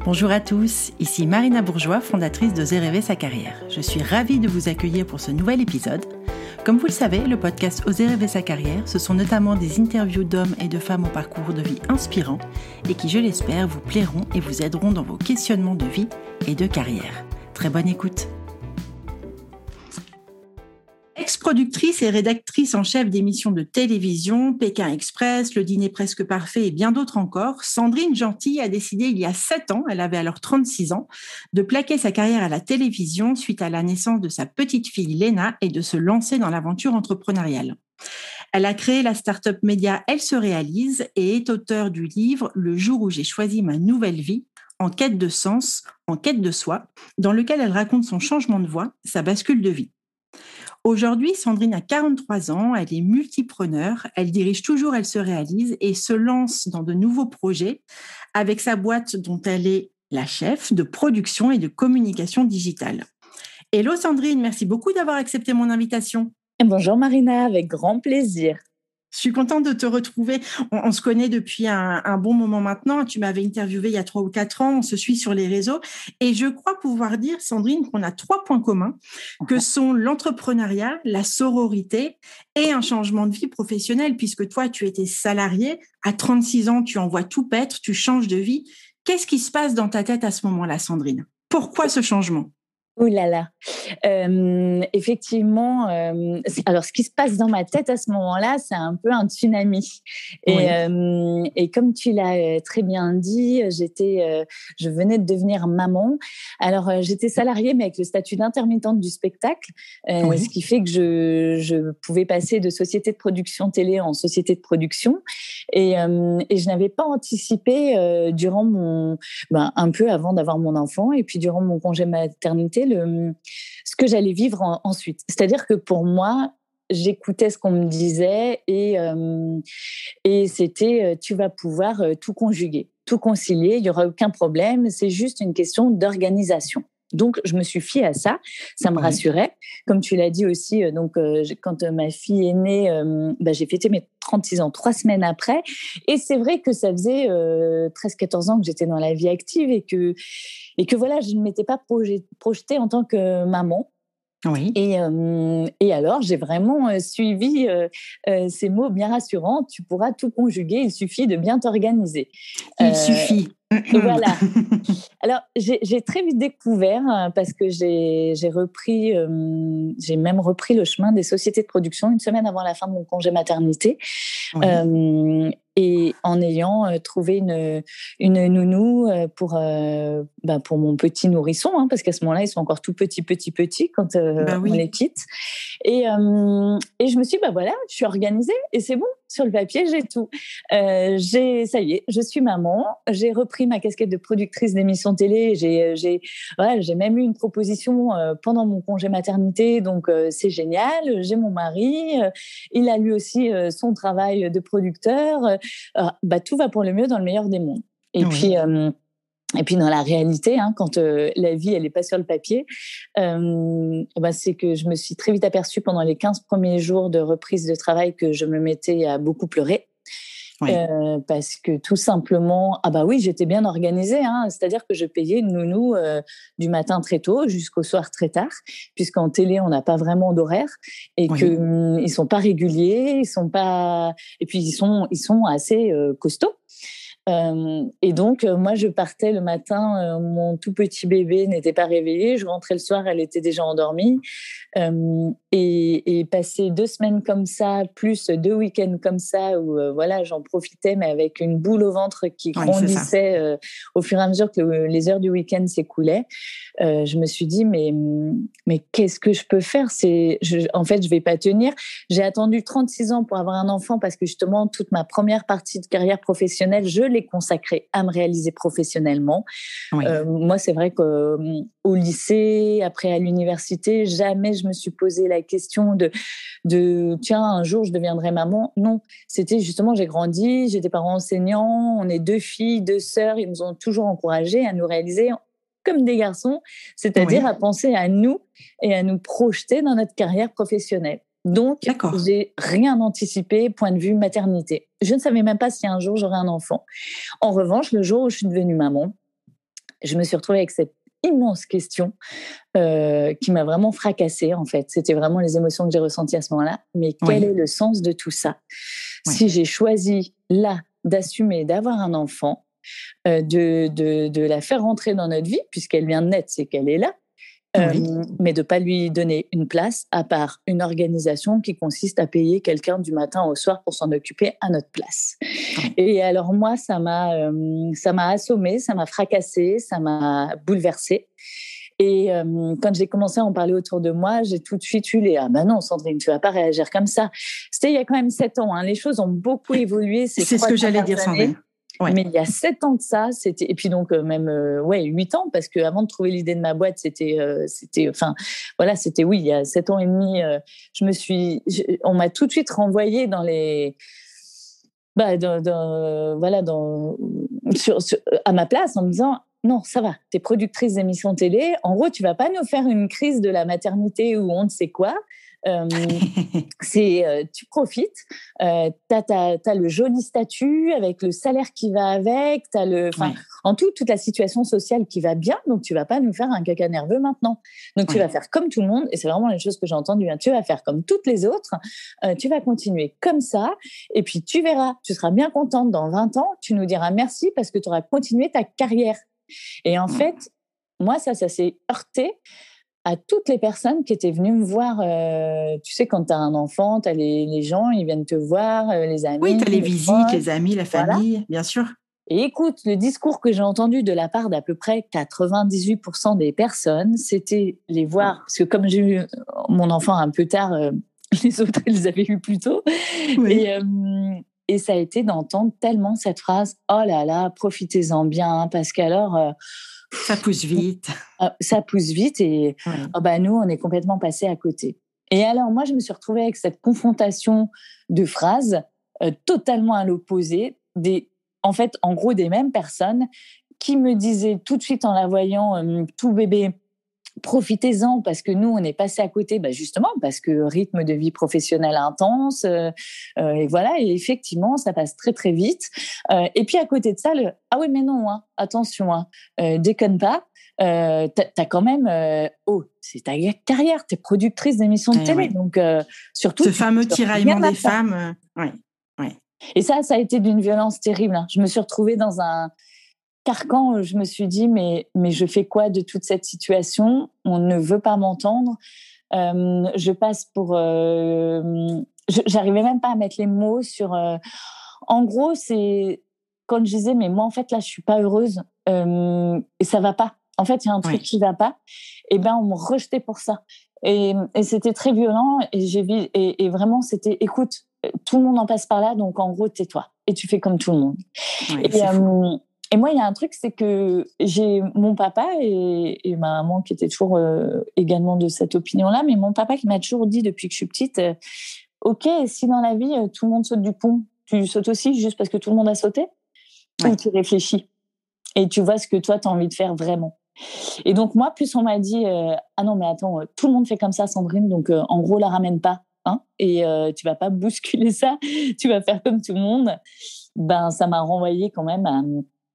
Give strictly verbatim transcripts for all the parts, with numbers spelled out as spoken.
Bonjour à tous, ici Marina Bourgeois, fondatrice d'Oser rêver sa carrière. Je suis ravie de vous accueillir pour ce nouvel épisode. Comme vous le savez, le podcast Oser rêver sa carrière, ce sont notamment des interviews d'hommes et de femmes au parcours de vie inspirant et qui, je l'espère, vous plairont et vous aideront dans vos questionnements de vie et de carrière. Très bonne écoute. Ex-productrice et rédactrice en chef d'émissions de télévision, Pékin Express, Le Dîner Presque Parfait et bien d'autres encore, Sandrine Gentil a décidé il y a sept ans, elle avait alors trente-six ans, de plaquer sa carrière à la télévision suite à la naissance de sa petite fille Léna et de se lancer dans l'aventure entrepreneuriale. Elle a créé la start-up média Elle se réalise et est auteure du livre Le jour où j'ai choisi ma nouvelle vie, en quête de sens, en quête de soi, dans lequel elle raconte son changement de voie, sa bascule de vie. Aujourd'hui, Sandrine a quarante-trois ans, elle est multipreneur, elle dirige toujours Elle se réalise et se lance dans de nouveaux projets avec sa boîte dont elle est la chef de production et de communication digitale. Hello Sandrine, merci beaucoup d'avoir accepté mon invitation. Bonjour Marina, avec grand plaisir. Je suis contente de te retrouver. On, on se connaît depuis un, un bon moment maintenant. Tu m'avais interviewé il y a trois ou quatre ans. On se suit sur les réseaux. Et je crois pouvoir dire, Sandrine, qu'on a trois points communs, que sont l'entrepreneuriat, la sororité et un changement de vie professionnelle, puisque toi, tu étais salariée. À trente-six ans, tu en vois tout paître, tu changes de vie. Qu'est-ce qui se passe dans ta tête à ce moment-là, Sandrine ? Pourquoi ce changement ? Ouh là là, euh, effectivement. Euh, alors, ce qui se passe dans ma tête à ce moment-là, c'est un peu un tsunami. Et, oui. euh, et comme tu l'as très bien dit, j'étais, euh, je venais de devenir maman. Alors, euh, j'étais salariée, mais avec le statut d'intermittente du spectacle, euh, oui. ce qui fait que je, je pouvais passer de société de production télé en société de production. Et, euh, et je n'avais pas anticipé euh, durant mon, ben, un peu avant d'avoir mon enfant, et puis durant mon congé maternité. Le, ce que j'allais vivre en, ensuite. C'est-à-dire que pour moi, j'écoutais ce qu'on me disait et, euh, et c'était euh, tu vas pouvoir euh, tout conjuguer, tout concilier, il n'y aura aucun problème, c'est juste une question d'organisation. Donc, je me suis fiée à ça, ça me oui. rassurait. Comme tu l'as dit aussi, euh, donc, euh, quand euh, ma fille est née, euh, bah, j'ai fêté mes trente-six ans, trois semaines après. Et c'est vrai que ça faisait euh, treize quatorze ans que j'étais dans la vie active et que, et que voilà, je ne m'étais pas projetée en tant que maman. Oui. Et, euh, et alors, j'ai vraiment euh, suivi euh, euh, ces mots bien rassurants. Tu pourras tout conjuguer, il suffit de bien t'organiser. Il euh, suffit. Voilà. Alors, j'ai, j'ai très vite découvert, euh, parce que j'ai, j'ai repris, euh, j'ai même repris le chemin des sociétés de production une semaine avant la fin de mon congé maternité. Oui. Euh, et en ayant euh, trouvé une, une nounou euh, pour, euh, bah, pour mon petit nourrisson, hein, parce qu'à ce moment-là, ils sont encore tout petits, petits, petits quand euh, bah oui. on les quitte. Et, euh, et je me suis dit, bah voilà, je suis organisée et c'est bon, sur le papier, j'ai tout. Euh, j'ai, ça y est, je suis maman, j'ai repris ma casquette de productrice d'émissions télé, j'ai, j'ai, voilà, j'ai même eu une proposition euh, pendant mon congé maternité, donc euh, c'est génial, j'ai mon mari, euh, il a lui aussi euh, son travail de producteur, euh, bah, tout va pour le mieux dans le meilleur des mondes. Et oui. puis... Euh, Et puis dans la réalité, hein, quand euh, la vie elle est pas sur le papier, euh, bah, c'est que je me suis très vite aperçue pendant les quinze premiers jours de reprise de travail que je me mettais à beaucoup pleurer. Oui. Euh, parce que tout simplement, ah bah oui, j'étais bien organisée, hein, c'est-à-dire que je payais une nounou euh, du matin très tôt jusqu'au soir très tard, puisqu'en télé on n'a pas vraiment d'horaire et oui. que hum, ils sont pas réguliers, ils sont pas, et puis ils sont ils sont assez euh, costauds. Euh, et donc, euh, moi, je partais le matin, euh, mon tout petit bébé n'était pas réveillé, je rentrais le soir, elle était déjà endormie. Euh, et, et passer deux semaines comme ça, plus deux week-ends comme ça, où euh, voilà, j'en profitais, mais avec une boule au ventre qui oui, grandissait euh, au fur et à mesure que le, les heures du week-end s'écoulaient. Euh, je me suis dit, mais, mais qu'est-ce que je peux faire ? C'est, je, en fait, je ne vais pas tenir. J'ai attendu trente-six ans pour avoir un enfant parce que justement, toute ma première partie de carrière professionnelle, je l'ai consacrée à me réaliser professionnellement. Oui. Euh, moi, c'est vrai qu'au lycée, après à l'université, jamais je me suis posé la question de, de tiens, un jour, je deviendrai maman. Non, c'était justement, j'ai grandi, j'ai des parents enseignants, on est deux filles, deux sœurs, ils nous ont toujours encouragés à nous réaliser comme des garçons, c'est-à-dire oui. à penser à nous et à nous projeter dans notre carrière professionnelle. Donc, D'accord. j'ai rien anticipé point de vue maternité. Je ne savais même pas si un jour j'aurais un enfant. En revanche, le jour où je suis devenue maman, je me suis retrouvée avec cette immense question euh, qui m'a vraiment fracassée, en fait. C'était vraiment les émotions que j'ai ressenties à ce moment-là. Mais quel oui. est le sens de tout ça ? Oui. Si j'ai choisi, là, d'assumer, d'avoir un enfant, euh, de, de, de la faire rentrer dans notre vie, puisqu'elle vient de naître, c'est qu'elle est là, Euh, oui. mais de ne pas lui donner une place à part une organisation qui consiste à payer quelqu'un du matin au soir pour s'en occuper à notre place. Oui. Et alors moi, ça m'a, euh, ça m'a assommée, ça m'a fracassée, ça m'a bouleversée. Et euh, quand j'ai commencé à en parler autour de moi, j'ai tout de suite eu les « Ah ben non, Sandrine, tu ne vas pas réagir comme ça ». C'était il y a quand même sept ans. Hein. Les choses ont beaucoup évolué. C'est ce que j'allais dire, Sandrine. Ouais. Mais il y a sept ans de ça, c'était et puis donc euh, même euh, ouais huit ans parce que avant de trouver l'idée de ma boîte, c'était euh, c'était enfin voilà c'était oui il y a sept ans et demi, euh, je me suis je, on m'a tout de suite renvoyée dans les bah dans, dans voilà dans sur, sur à ma place en me disant non, ça va, t'es productrice d'émissions télé. En gros, tu vas pas nous faire une crise de la maternité ou on ne sait quoi. Euh, c'est, euh, tu profites, euh, t'as, t'as, t'as le joli statut avec le salaire qui va avec, t'as le, enfin, ouais. en tout, toute la situation sociale qui va bien, donc tu vas pas nous faire un caca nerveux maintenant. Donc ouais. tu vas faire comme tout le monde, et c'est vraiment les choses que j'ai entendues, hein. Tu vas faire comme toutes les autres, euh, tu vas continuer comme ça, et puis tu verras, tu seras bien contente dans vingt ans, tu nous diras merci parce que tu auras continué ta carrière. Et en ouais. fait, moi, ça, ça s'est heurté à toutes les personnes qui étaient venues me voir. Euh, tu sais, quand tu as un enfant, tu as les, les gens, ils viennent te voir, euh, les amis. Oui, tu as les, les visites, proches, les amis, la famille, voilà. Bien sûr. Et écoute, le discours que j'ai entendu de la part d'à peu près quatre-vingt-dix-huit pour cent des personnes, c'était les voir. Parce que comme j'ai eu mon enfant un peu tard, euh, les autres, ils les avaient eu plus tôt. Oui. Et, euh, et ça a été d'entendre tellement cette phrase « Oh là là, profitez-en bien, parce qu'alors… Euh, » Ça pousse vite. Ça pousse vite et ouais. oh bah nous, on est complètement passé à côté. Et alors, moi, je me suis retrouvée avec cette confrontation de phrases euh, totalement à l'opposé, des, en fait, en gros, des mêmes personnes qui me disaient tout de suite en la voyant, euh, tout bébé, profitez-en parce que nous, on est passé à côté, bah justement, parce que rythme de vie professionnelle intense, euh, euh, et voilà, et effectivement, ça passe très, très vite. Euh, et puis, à côté de ça, le « Ah oui, mais non, hein, attention, hein, euh, déconne pas, euh, t'as, t'as quand même… Euh, oh, c'est ta carrière, t'es productrice d'émissions de eh télé, oui. donc euh, surtout… » Ce fameux tiraillement des femmes, euh, oui, oui. Et ça, ça a été d'une violence terrible. Hein. Je me suis retrouvée dans un… carcan, je me suis dit, mais, mais je fais quoi de toute cette situation ? On ne veut pas m'entendre. Euh, je passe pour… Euh, je, j'arrivais même pas à mettre les mots sur… Euh, en gros, c'est… Quand je disais, mais moi, en fait, là, je suis pas heureuse euh, et ça va pas. En fait, il y a un truc oui. qui va pas. Et ben, on me rejetait pour ça. Et, et c'était très violent. Et, j'ai vu, et, et vraiment, c'était, écoute, tout le monde en passe par là, donc en gros, tais-toi. Et tu fais comme tout le monde. Oui, et, euh, Et moi, il y a un truc, c'est que j'ai mon papa et, et ma maman qui étaient toujours euh, également de cette opinion-là, mais mon papa qui m'a toujours dit depuis que je suis petite, euh, ok, si dans la vie, euh, tout le monde saute du pont, tu sautes aussi juste parce que tout le monde a sauté ? Ouais. Ou tu réfléchis et tu vois ce que toi, tu as envie de faire vraiment. Et donc, moi, plus on m'a dit, euh, ah non, mais attends, euh, tout le monde fait comme ça, Sandrine, donc euh, en gros, la ramène pas, hein, et euh, tu vas pas bousculer ça, tu vas faire comme tout le monde, ben, ça m'a renvoyé quand même à…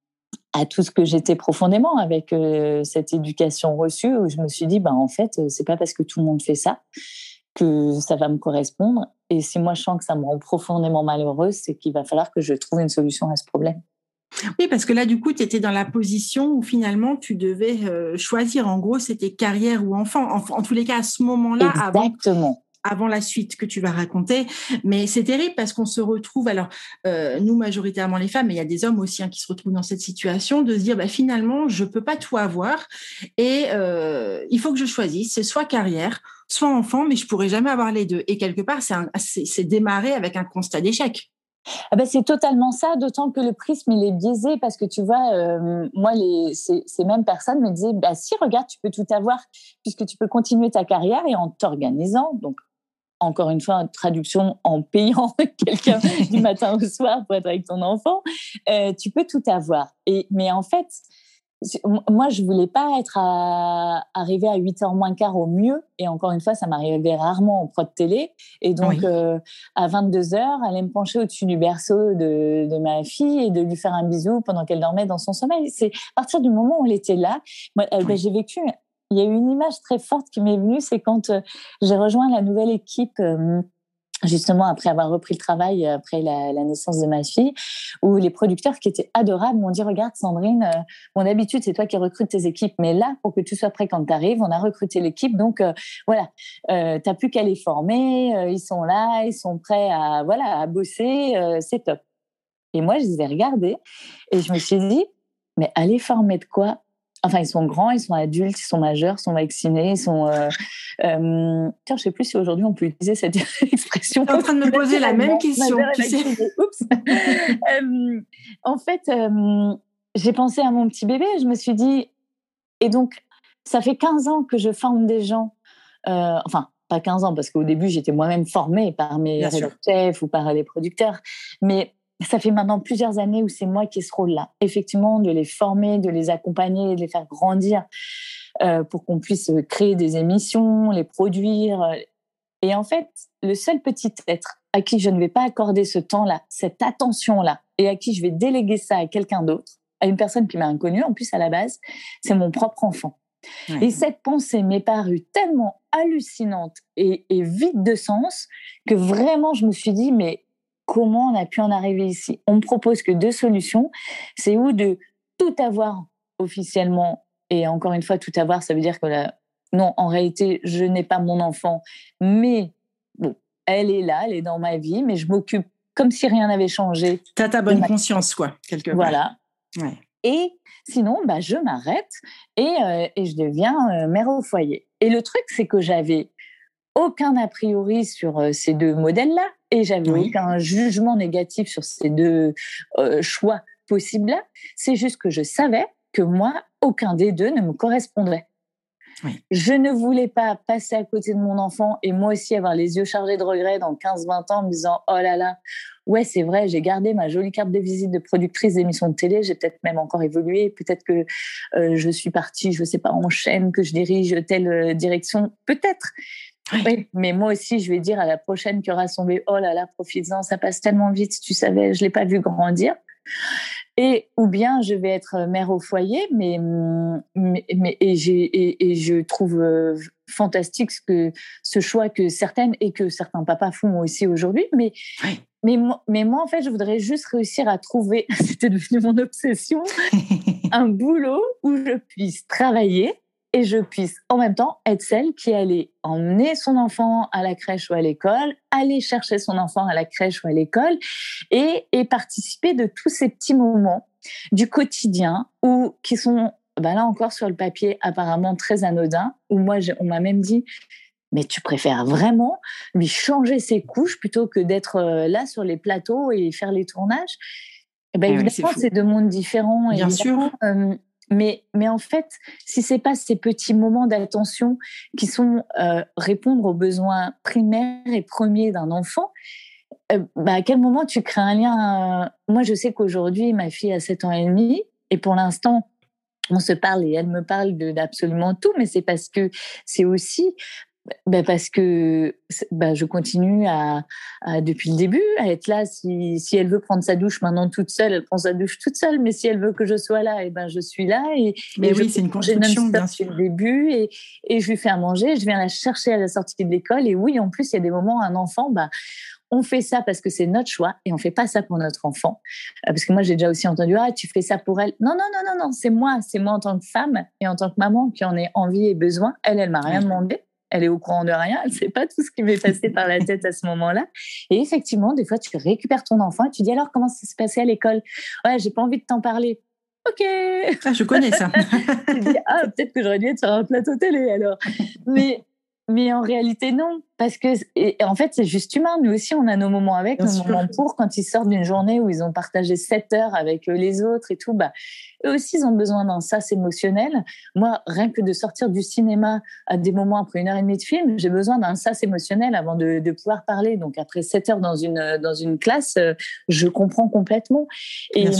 à tout ce que j'étais profondément avec euh, cette éducation reçue où je me suis dit, bah, en fait, c'est pas parce que tout le monde fait ça que ça va me correspondre. Et si moi, je sens que ça me rend profondément malheureuse, c'est qu'il va falloir que je trouve une solution à ce problème. Oui, parce que là, du coup, tu étais dans la position où finalement, tu devais euh, choisir. En gros, c'était carrière ou enfant. En, en tous les cas, à ce moment-là, Exactement. Avant, avant la suite que tu vas raconter. Mais c'est terrible parce qu'on se retrouve, alors euh, nous majoritairement les femmes, mais il y a des hommes aussi hein, qui se retrouvent dans cette situation de se dire bah, finalement je peux pas tout avoir et euh, il faut que je choisisse, c'est soit carrière, soit enfant, mais je pourrais jamais avoir les deux. Et quelque part, c'est, un, c'est, c'est démarrer avec un constat d'échec. Ah ben c'est totalement ça, d'autant que le prisme il est biaisé parce que tu vois, euh, moi les, ces, ces mêmes personnes me disaient bah si regarde tu peux tout avoir puisque tu peux continuer ta carrière et en t'organisant donc encore une fois, traduction en payant quelqu'un du matin au soir pour être avec ton enfant, euh, tu peux tout avoir. Et, mais en fait, moi, je voulais pas être à, arrivée à huit heures moins quart au mieux. Et encore une fois, ça m'arrivait rarement en prod télé. Et donc, oui. euh, à vingt-deux heures, aller me pencher au-dessus du berceau de, de ma fille et de lui faire un bisou pendant qu'elle dormait dans son sommeil. C'est à partir du moment où elle était là, moi, euh, oui. ben, j'ai vécu. Il y a eu une image très forte qui m'est venue, c'est quand euh, j'ai rejoint la nouvelle équipe. Euh, justement après avoir repris le travail après la, la naissance de ma fille, où les producteurs qui étaient adorables m'ont dit « Regarde Sandrine, euh, bon, d'habitude c'est toi qui recrutes tes équipes, mais là, pour que tu sois prêt quand tu arrives, on a recruté l'équipe, donc euh, voilà, euh, t'as plus qu'à les former, euh, ils sont là, ils sont prêts à, voilà, à bosser, euh, c'est top. » Et moi, je les ai regardés et je me suis dit « Mais allez former de quoi ?» Enfin, ils sont grands, ils sont adultes, ils sont majeurs, ils sont vaccinés, ils sont... Euh, euh, tiens, je ne sais plus si aujourd'hui on peut utiliser cette expression. Tu es en train de me poser la même question, tu sais. Oups. euh, en fait, euh, j'ai pensé à mon petit bébé, je me suis dit... Et donc, ça fait quinze ans que je forme des gens, euh, enfin, pas quinze ans, parce qu'au début, j'étais moi-même formée par mes chefs ou par les producteurs, mais... Ça fait maintenant plusieurs années où c'est moi qui ai ce rôle-là. Effectivement, de les former, de les accompagner, de les faire grandir euh, pour qu'on puisse créer des émissions, les produire. Et en fait, le seul petit être à qui je ne vais pas accorder ce temps-là, cette attention-là, et à qui je vais déléguer ça à quelqu'un d'autre, à une personne qui m'a inconnue, en plus à la base, c'est mon propre enfant. Ouais. Et cette pensée m'est parue tellement hallucinante et, et vide de sens que vraiment, je me suis dit, mais comment on a pu en arriver ici ? On me propose que deux solutions. C'est ou de tout avoir officiellement, et encore une fois, tout avoir, ça veut dire que là, non, en réalité, je n'ai pas mon enfant, mais bon, elle est là, elle est dans ma vie, mais je m'occupe comme si rien n'avait changé. Tu as ta bonne conscience, quoi, quelque part. Voilà. Ouais. Et sinon, bah, je m'arrête et, euh, et je deviens euh, mère au foyer. Et le truc, c'est que j'avais aucun a priori sur euh, ces deux modèles-là et j'avais oui. aucun jugement négatif sur ces deux euh, choix possibles-là. C'est juste que je savais que moi, aucun des deux ne me correspondait. Oui. Je ne voulais pas passer à côté de mon enfant et moi aussi avoir les yeux chargés de regrets dans quinze vingt ans en me disant « Oh là là, ouais, c'est vrai, j'ai gardé ma jolie carte de visite de productrice d'émissions de télé, j'ai peut-être même encore évolué, peut-être que euh, je suis partie, je ne sais pas, en chaîne, que je dirige telle direction, peut-être. » Oui. Oui, mais moi aussi, je vais dire à la prochaine qui aura son bébé, oh là là, profites-en, ça passe tellement vite, tu savais, je ne l'ai pas vu grandir. Et, ou bien je vais être mère au foyer, mais, mais, mais et, j'ai, et, et je trouve euh, fantastique ce, que, ce choix que certaines et que certains papas font aussi aujourd'hui. Mais, oui. mais, moi, mais moi, en fait, je voudrais juste réussir à trouver, c'était devenu mon obsession, un boulot où je puisse travailler et je puisse en même temps être celle qui allait emmener son enfant à la crèche ou à l'école, aller chercher son enfant à la crèche ou à l'école et, et participer de tous ces petits moments du quotidien où, qui sont, ben là encore sur le papier, apparemment très anodins, où moi, j'ai, on m'a même dit « Mais tu préfères vraiment lui changer ses couches plutôt que d'être là sur les plateaux et faire les tournages ?» Eh ben, évidemment, oui, c'est, c'est deux mondes différents. Bien sûr. Euh, Mais, mais en fait, si c'est pas ces petits moments d'attention qui sont euh, répondre aux besoins primaires et premiers d'un enfant, euh, bah à quel moment tu crées un lien euh... Moi, je sais qu'aujourd'hui, ma fille a sept ans et demi, et pour l'instant, on se parle et elle me parle de, d'absolument tout, mais c'est parce que c'est aussi... Ben parce que ben je continue à, à, depuis le début, à être là. Si, si elle veut prendre sa douche maintenant toute seule, elle prend sa douche toute seule. Mais si elle veut que je sois là, et ben je suis là. Et, mais et oui, je, c'est une construction, bien sûr. Depuis le début, et, et je lui fais à manger. Je viens la chercher à la sortie de l'école. Et oui, en plus, il y a des moments, un enfant, ben, on fait ça parce que c'est notre choix et on fait pas ça pour notre enfant. Parce que moi, j'ai déjà aussi entendu, ah, tu fais ça pour elle. Non, non, non, non, non, c'est moi. C'est moi en tant que femme et en tant que maman qui en ai envie et besoin. Elle, elle m'a rien oui. demandé. Elle est au courant de rien, elle ne sait pas tout ce qui m'est passé par la tête à ce moment-là. Et effectivement, des fois, tu récupères ton enfant et tu dis, alors, comment ça s'est passé à l'école ? Ouais, j'ai pas envie de t'en parler. Ok. Ah, je connais ça. Tu dis, ah, peut-être que j'aurais dû être sur un plateau télé, alors. Mais, mais en réalité, non. Parce que, et en fait, c'est juste humain. Nous aussi, on a nos moments avec, Bien nos sûr. moments pour. Quand ils sortent d'une journée où ils ont partagé sept heures avec les autres et tout, bah, eux aussi, ils ont besoin d'un sas émotionnel. Moi, rien que de sortir du cinéma à des moments après une heure et demie de film, j'ai besoin d'un sas émotionnel avant de, de pouvoir parler. Donc, après sept heures dans une, dans une classe, je comprends complètement. Et, Bien sûr.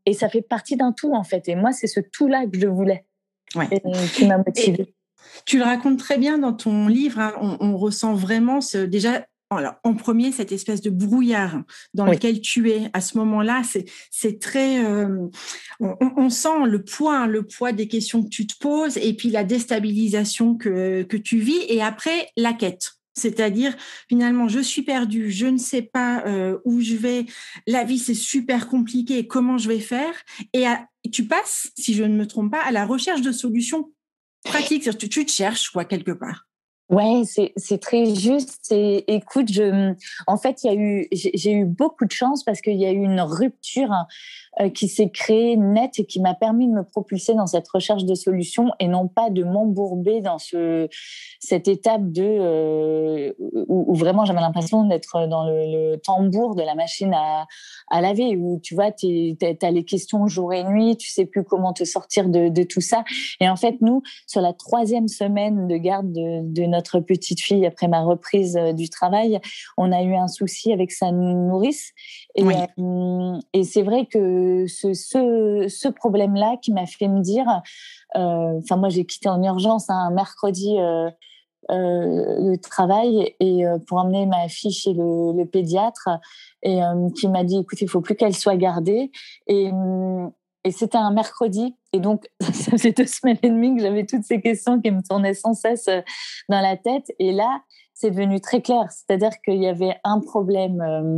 et ça fait partie d'un tout, en fait. Et moi, c'est ce tout-là que je voulais, ouais. et, qui m'a motivée. Et tu le racontes très bien dans ton livre. Hein. On, on ressent vraiment ce, déjà, alors, en premier, cette espèce de brouillard dans oui. lequel tu es à ce moment-là. C'est, c'est très, euh, on, on sent le poids, le poids des questions que tu te poses et puis la déstabilisation que, que tu vis. Et après, la quête. C'est-à-dire, finalement, je suis perdue, je ne sais pas euh, où je vais, la vie, c'est super compliqué, comment je vais faire? Et à, tu passes, si je ne me trompe pas, à la recherche de solutions pratiques. Tu, tu te cherches, quoi, quelque part. Ouais, c'est c'est très juste. Et écoute, je, en fait, il y a eu, j'ai, j'ai eu beaucoup de chance parce qu'il y a eu une rupture euh, qui s'est créée nette et qui m'a permis de me propulser dans cette recherche de solutions et non pas de m'embourber dans ce cette étape de euh, où, où vraiment j'avais l'impression d'être dans le, le tambour de la machine à à laver, où tu vois, t'es, t'as les questions jour et nuit, tu sais plus comment te sortir de de tout ça. Et en fait, nous, sur la troisième semaine de garde de, de notre Notre petite fille, après ma reprise du travail, on a eu un souci avec sa nourrice. Et, oui. euh, et c'est vrai que ce, ce, ce problème-là qui m'a fait me dire, enfin euh, moi j'ai quitté en urgence hein, un mercredi euh, euh, le travail et euh, pour emmener ma fille chez le, le pédiatre et euh, qui m'a dit, écoute, il faut plus qu'elle soit gardée. Et Et c'était un mercredi. Et donc, ça faisait deux semaines et demie que j'avais toutes ces questions qui me tournaient sans cesse dans la tête. Et là, c'est devenu très clair. C'est-à-dire qu'il y avait un problème euh,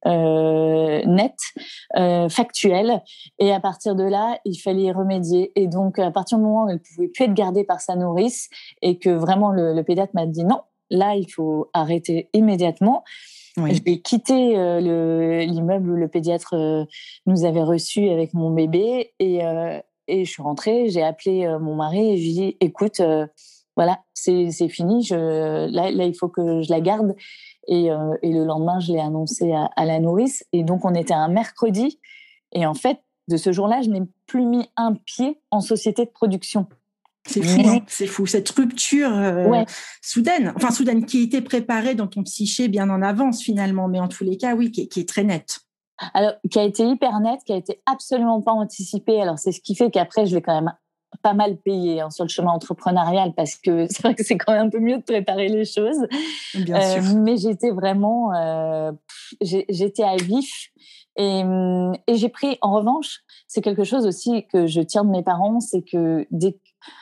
euh, net, euh, factuel. Et à partir de là, il fallait y remédier. Et donc, à partir du moment où elle ne pouvait plus être gardée par sa nourrice et que vraiment le, le pédiatre m'a dit non, là, il faut arrêter immédiatement. Oui. J'ai quitté euh, le, l'immeuble où le pédiatre euh, nous avait reçus avec mon bébé et, euh, et je suis rentrée, j'ai appelé euh, mon mari et je lui ai dit, écoute, euh, voilà, c'est, c'est fini, je, là, là, il faut que je la garde. Et, euh, et le lendemain, je l'ai annoncé à, à la nourrice. Et donc, on était un mercredi. Et en fait, de ce jour-là, je n'ai plus mis un pied en société de production. C'est fou, hein, c'est fou. Cette rupture euh, ouais. soudaine, enfin soudaine, qui était préparée dans ton psyché bien en avance finalement, mais en tous les cas, oui, qui est, qui est très nette. Alors, qui a été hyper nette, qui a été absolument pas anticipée. Alors, c'est ce qui fait qu'après, je l'ai quand même pas mal payé hein, sur le chemin entrepreneurial parce que c'est vrai que c'est quand même un peu mieux de préparer les choses. Bien euh, sûr. Mais j'étais vraiment, euh, j'ai, j'étais à vif. Et, et j'ai pris, en revanche, c'est quelque chose aussi que je tire de mes parents, c'est que dès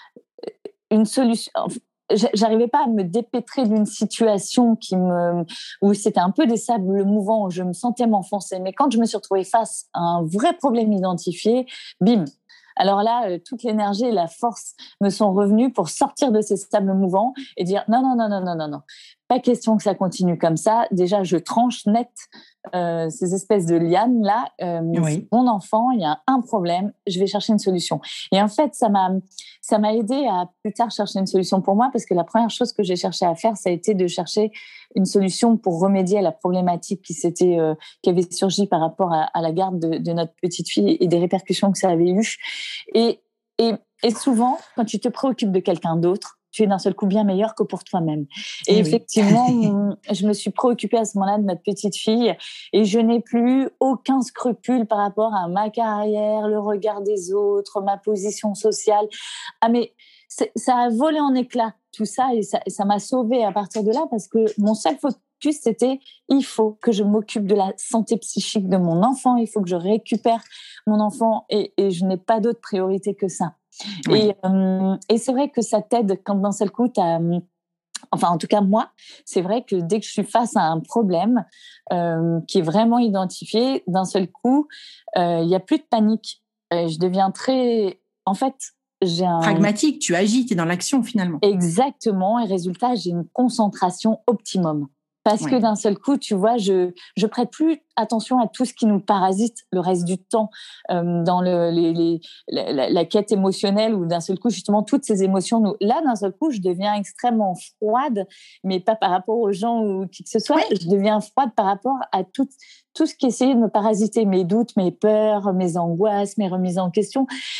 une solution, j'arrivais pas à me dépêtrer d'une situation qui me, où c'était un peu des sables mouvants, où je me sentais m'enfoncer. Mais quand je me suis retrouvée face à un vrai problème identifié, bim. Alors là, toute l'énergie et la force me sont revenues pour sortir de ces sables mouvants et dire non, non, non, non, non, non, non. Pas question que ça continue comme ça. Déjà, je tranche net euh, ces espèces de lianes là. Euh, oui. Mon enfant, il y a un problème, je vais chercher une solution. Et en fait, ça m'a, ça m'a aidé à plus tard chercher une solution pour moi parce que la première chose que j'ai cherché à faire, ça a été de chercher une solution pour remédier à la problématique qui s'était, euh, qui avait surgi par rapport à, à la garde de, de notre petite fille et des répercussions que ça avait eues. Et, et, et souvent, quand tu te préoccupes de quelqu'un d'autre, tu es d'un seul coup bien meilleur que pour toi-même. Et, et effectivement, oui. je me suis préoccupée à ce moment-là de notre petite fille et je n'ai plus aucun scrupule par rapport à ma carrière, le regard des autres, ma position sociale. Ah mais ça a volé en éclats tout ça et ça, ça m'a sauvée à partir de là parce que mon seul focus c'était il faut que je m'occupe de la santé psychique de mon enfant, il faut que je récupère mon enfant et, et je n'ai pas d'autre priorité que ça. Oui. Et, euh, et c'est vrai que ça t'aide quand d'un seul coup t'as, enfin en tout cas moi, c'est vrai que dès que je suis face à un problème euh, qui est vraiment identifié, d'un seul coup, il euh, y a plus de panique. Euh, je deviens très, en fait, j'ai un pragmatique. Tu agis, tu es dans l'action finalement. Exactement. Et résultat, j'ai une concentration optimum. Parce ouais. que d'un seul coup, tu vois, je je prête plus attention à tout ce qui nous parasite le reste du temps euh, dans le les, les la, la quête émotionnelle où d'un seul coup justement toutes ces émotions nous là d'un seul coup je deviens extrêmement froide, mais pas par rapport aux gens ou qui que ce soit. Oui. Je deviens froide par rapport à tout tout ce qui essayait de me parasiter, mes doutes, mes peurs, mes angoisses, mes remises en question.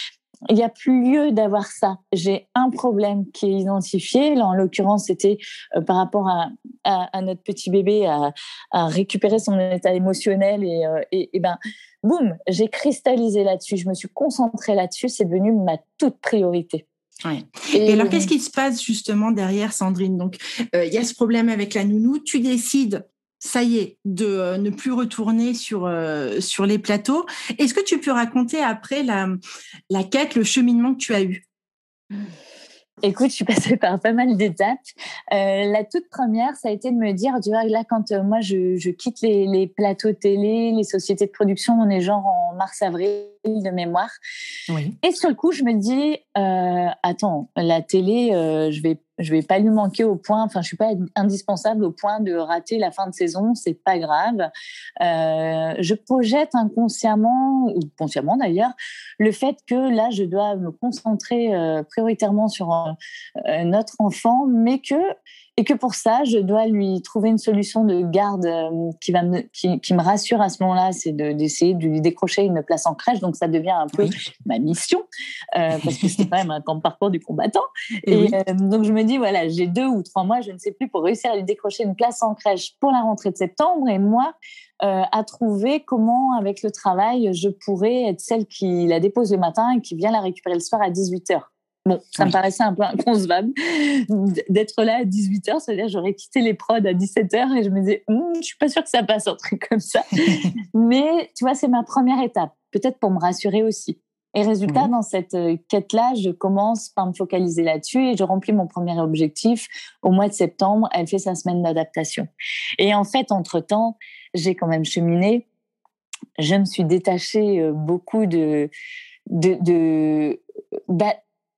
il n'y a plus lieu d'avoir ça. J'ai un problème qui est identifié. Là, en l'occurrence, c'était euh, par rapport à, à, à notre petit bébé, à, à récupérer son état émotionnel. Et, euh, et, et ben, boum, j'ai cristallisé là-dessus. Je me suis concentrée là-dessus. C'est devenu ma toute priorité. Ouais. Et, et alors, qu'est-ce qui se passe justement derrière, Sandrine? Donc, euh, il y a ce problème avec la nounou. Tu décides, ça y est, de euh, ne plus retourner sur euh, sur les plateaux. Est-ce que tu peux raconter après la la quête, le cheminement que tu as eu? Écoute, je suis passée par pas mal d'étapes. Euh, la toute première, ça a été de me dire, tu vois, là, quand euh, moi, je, je quitte les, les plateaux télé, les sociétés de production, on est genre en mars-avril de mémoire. Oui. Et sur le coup, je me dis, euh, attends, la télé, euh, je vais, je vais pas lui manquer au point, enfin, je suis pas indispensable au point de rater la fin de saison, c'est pas grave. Euh, je projette inconsciemment, ou consciemment d'ailleurs, le fait que là, je dois me concentrer euh, prioritairement sur euh, notre enfant, mais que et que pour ça, je dois lui trouver une solution de garde euh, qui va me qui, qui me rassure à ce moment-là, c'est de, d'essayer de lui décrocher une place en crèche. Donc ça devient un peu oui. ma mission euh, parce que c'est quand même un camp de parcours du combattant. Et, et oui. euh, donc je me dis voilà, j'ai deux ou trois mois, je ne sais plus, pour réussir à lui décrocher une place en crèche pour la rentrée de septembre. Et moi, euh, à trouver comment, avec le travail, je pourrais être celle qui la dépose le matin et qui vient la récupérer le soir à dix-huit heures. Bon, ça oui. me paraissait un peu inconcevable d'être là à dix-huit heures, c'est-à-dire j'aurais quitté les prods à dix-sept heures et je me disais, hm, je suis pas sûre que ça passe un truc comme ça. Mais tu vois, c'est ma première étape, peut-être pour me rassurer aussi. Et résultat, oui. dans cette quête-là, je commence par me focaliser là-dessus et je remplis mon premier objectif. Au mois de septembre, elle fait sa semaine d'adaptation. Et en fait, entre-temps, j'ai quand même cheminé. Je me suis détachée beaucoup de... de, de bah,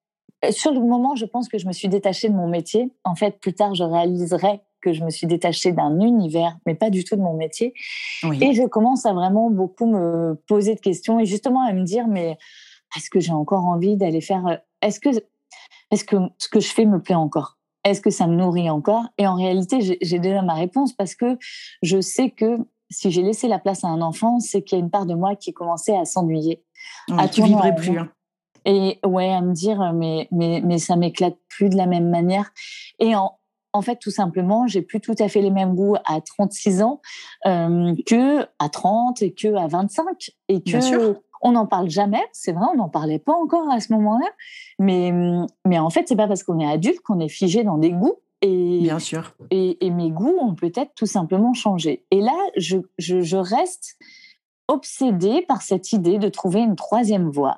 sur le moment, je pense que je me suis détachée de mon métier. En fait, plus tard, je réaliserai que je me suis détachée d'un univers, mais pas du tout de mon métier. Oui. Et je commence à vraiment beaucoup me poser de questions et justement à me dire, mais est-ce que j'ai encore envie d'aller faire... Est-ce que, est-ce que ce que je fais me plaît encore? Est-ce que ça me nourrit encore? Et en réalité, j'ai, j'ai déjà ma réponse parce que je sais que si j'ai laissé la place à un enfant, c'est qu'il y a une part de moi qui commençait à s'ennuyer. Oui, à tu ne vivrais plus. Hein. Et ouais, à me dire, mais, mais, mais ça m'éclate plus de la même manière. Et en, en fait, tout simplement, j'ai plus tout à fait les mêmes goûts à trente-six ans euh, que à trente et que à vingt-cinq. Et que Bien sûr. On n'en parle jamais. C'est vrai, on n'en parlait pas encore à ce moment-là. Mais, mais en fait, c'est pas parce qu'on est adulte qu'on est figé dans des goûts. Et, Bien sûr. Et, et mes goûts ont peut-être tout simplement changé. Et là, je, je, je reste obsédée par cette idée de trouver une troisième voie.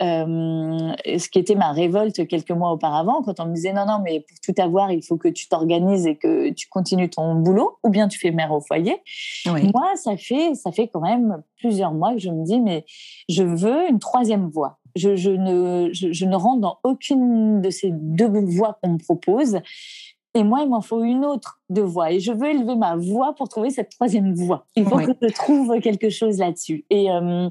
Euh, ce qui était ma révolte quelques mois auparavant, quand on me disait non, non, mais pour tout avoir, il faut que tu t'organises et que tu continues ton boulot, ou bien tu fais mère au foyer. Oui. Moi, ça fait, ça fait quand même plusieurs mois que je me dis, mais je veux une troisième voie. Je, je, ne, je, je ne rentre dans aucune de ces deux voies qu'on me propose. Et moi, il m'en faut une autre de voix. Et je veux élever ma voix pour trouver cette troisième voie. Il faut oui. que je trouve quelque chose là-dessus. Et euh,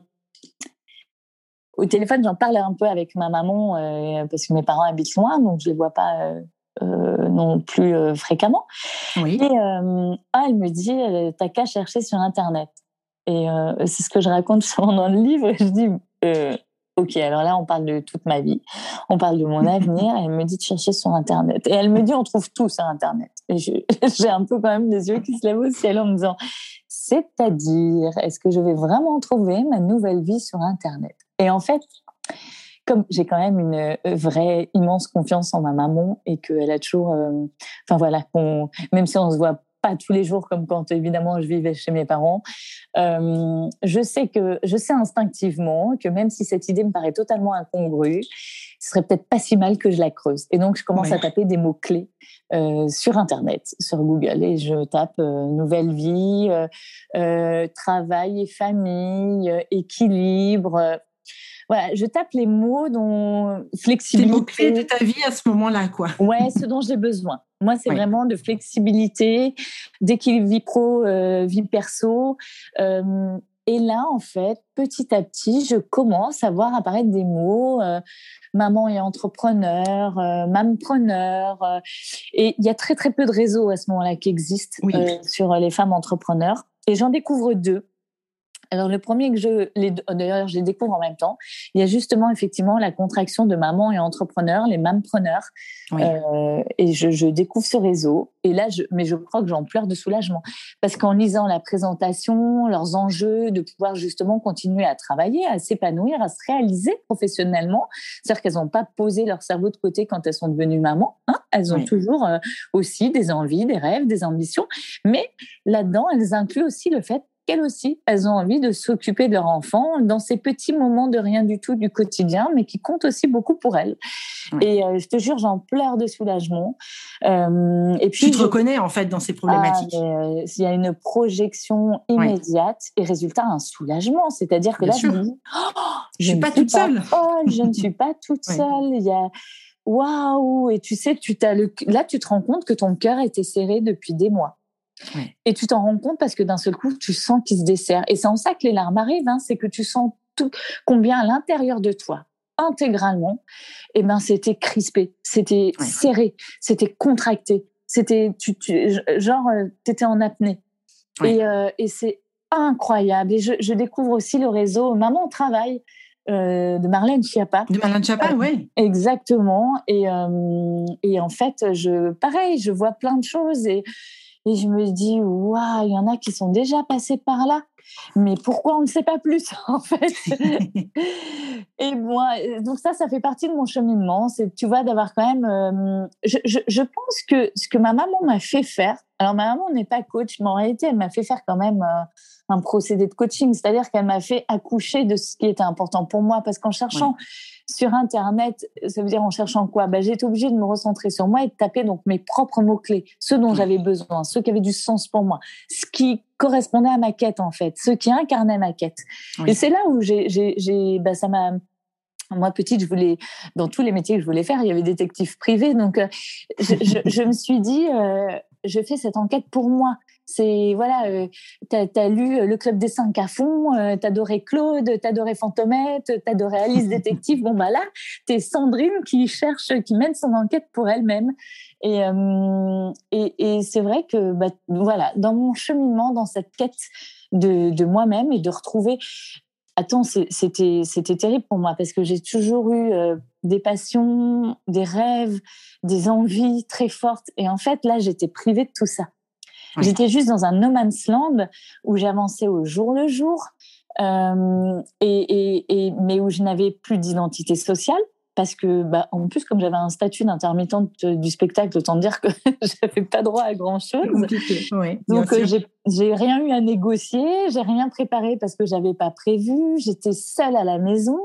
au téléphone, j'en parle un peu avec ma maman euh, parce que mes parents habitent loin, donc je les vois pas euh, euh, non plus euh, fréquemment. Oui. Et euh, ah, elle me dit, euh, t'as qu'à chercher sur Internet. Et euh, c'est ce que je raconte souvent dans le livre. Et je dis, euh, ok, alors là, on parle de toute ma vie, on parle de mon avenir. Et elle me dit de chercher sur Internet. Et elle me dit, on trouve tout sur Internet. Et je, j'ai un peu quand même les yeux qui se lèvent au ciel en me disant, c'est-à-dire, est-ce que je vais vraiment trouver ma nouvelle vie sur Internet? Et en fait, comme j'ai quand même une vraie immense confiance en ma maman et qu'elle a toujours, euh, enfin voilà, qu'on, même si on se voit pas tous les jours comme quand évidemment je vivais chez mes parents, euh, je sais que je sais instinctivement que même si cette idée me paraît totalement incongrue, ce serait peut-être pas si mal que je la creuse. Et donc je commence oui. à taper des mots clés euh, sur Internet, sur Google, et je tape euh, nouvelle vie, euh, euh, travail et famille, euh, équilibre. Euh, Voilà, je tape les mots dont flexibilité. Les mots clés de ta vie à ce moment-là, quoi. Ouais, ce dont j'ai besoin. Moi, c'est oui. vraiment de flexibilité, d'équilibre vie pro, euh, vie perso. Euh, et là, en fait, petit à petit, je commence à voir apparaître des mots. Euh, maman et entrepreneur, euh, mampreneur. Euh, et il y a très très peu de réseaux à ce moment-là qui existent oui. euh, sur les femmes entrepreneurs. Et j'en découvre deux. Alors, le premier que je, les deux, d'ailleurs, je les découvre en même temps. Il y a justement, effectivement, la contraction de maman et entrepreneur, les mampreneurs. Oui. Euh, et je, je découvre ce réseau. Et là, je, mais je crois que j'en pleure de soulagement. Parce qu'en lisant la présentation, leurs enjeux, de pouvoir justement continuer à travailler, à s'épanouir, à se réaliser professionnellement. C'est-à-dire qu'elles n'ont pas posé leur cerveau de côté quand elles sont devenues mamans. Hein, elles ont oui. toujours euh, aussi des envies, des rêves, des ambitions. Mais là-dedans, elles incluent aussi le fait qu'elles aussi, elles ont envie de s'occuper de leur enfant dans ces petits moments de rien du tout du quotidien, mais qui comptent aussi beaucoup pour elles. Ouais. Et euh, je te jure, j'en pleure de soulagement. Euh, et puis, tu te je... reconnais en fait dans ces problématiques. Il ah, euh, y a une projection immédiate ouais. et résultat, un soulagement. C'est-à-dire que Bien là, sûr. je me dis, oh, je ne suis pas toute pas seule. Folle, je ne suis pas toute ouais. seule. Il y a... Waouh! Et tu sais, tu t'as le... là, tu te rends compte que ton cœur était serré depuis des mois. Ouais. Et tu t'en rends compte parce que d'un seul coup, tu sens qu'il se desserre. Et c'est en ça que les larmes arrivent, hein, c'est que tu sens tout, combien à l'intérieur de toi, intégralement, eh ben, c'était crispé, c'était ouais. serré, c'était contracté, c'était, tu, tu, genre, euh, t'étais en apnée. Ouais. Et, euh, et c'est incroyable. Et je, je découvre aussi le réseau Maman au travail euh, de Marlène Schiappa. De Marlène Schiappa, euh, oui. Exactement. Et, euh, et en fait, je, pareil, je vois plein de choses et Et je me dis, waouh, il y en a qui sont déjà passés par là. Mais pourquoi on ne sait pas plus, en fait? Et moi, donc ça, ça fait partie de mon cheminement. C'est, tu vois, d'avoir quand même... Euh, je, je, je pense que ce que ma maman m'a fait faire... Alors, ma maman n'est pas coach, mais en réalité, elle m'a fait faire quand même euh, un procédé de coaching. C'est-à-dire qu'elle m'a fait accoucher de ce qui était important pour moi. Parce qu'en cherchant... Ouais. Sur Internet, ça veut dire en cherchant quoi? Bah, j'ai été obligée de me recentrer sur moi et de taper donc mes propres mots-clés, ceux dont j'avais besoin, ceux qui avaient du sens pour moi, ce qui correspondait à ma quête en fait, ceux qui incarnaient ma quête. Oui. Et c'est là où j'ai, j'ai, j'ai, bah, ça m'a... Moi, petite, je voulais, dans tous les métiers que je voulais faire, il y avait détective privé. Donc, euh, je, je, je me suis dit, euh, je fais cette enquête pour moi. C'est, voilà, euh, t'as, t'as lu Le Club des Cinq à fond, euh, t'adorais Claude, t'adorais Fantomette, t'adorais Alice Détective. Bon, bah là, t'es Sandrine qui cherche, qui mène son enquête pour elle-même. Et, euh, et, et c'est vrai que, bah, voilà, dans mon cheminement, dans cette quête de, de moi-même et de retrouver... Attends, c'était, c'était terrible pour moi parce que j'ai toujours eu euh, des passions, des rêves, des envies très fortes. Et en fait, là, j'étais privée de tout ça. Oui. J'étais juste dans un no man's land où j'avançais au jour le jour, euh, et, et, et, mais où je n'avais plus d'identité sociale. Parce que, bah, en plus, comme j'avais un statut d'intermittente du spectacle, autant dire que j'avais pas droit à grand chose. Oui, donc, euh, j'ai, j'ai rien eu à négocier, j'ai rien préparé parce que j'avais pas prévu. J'étais seule à la maison,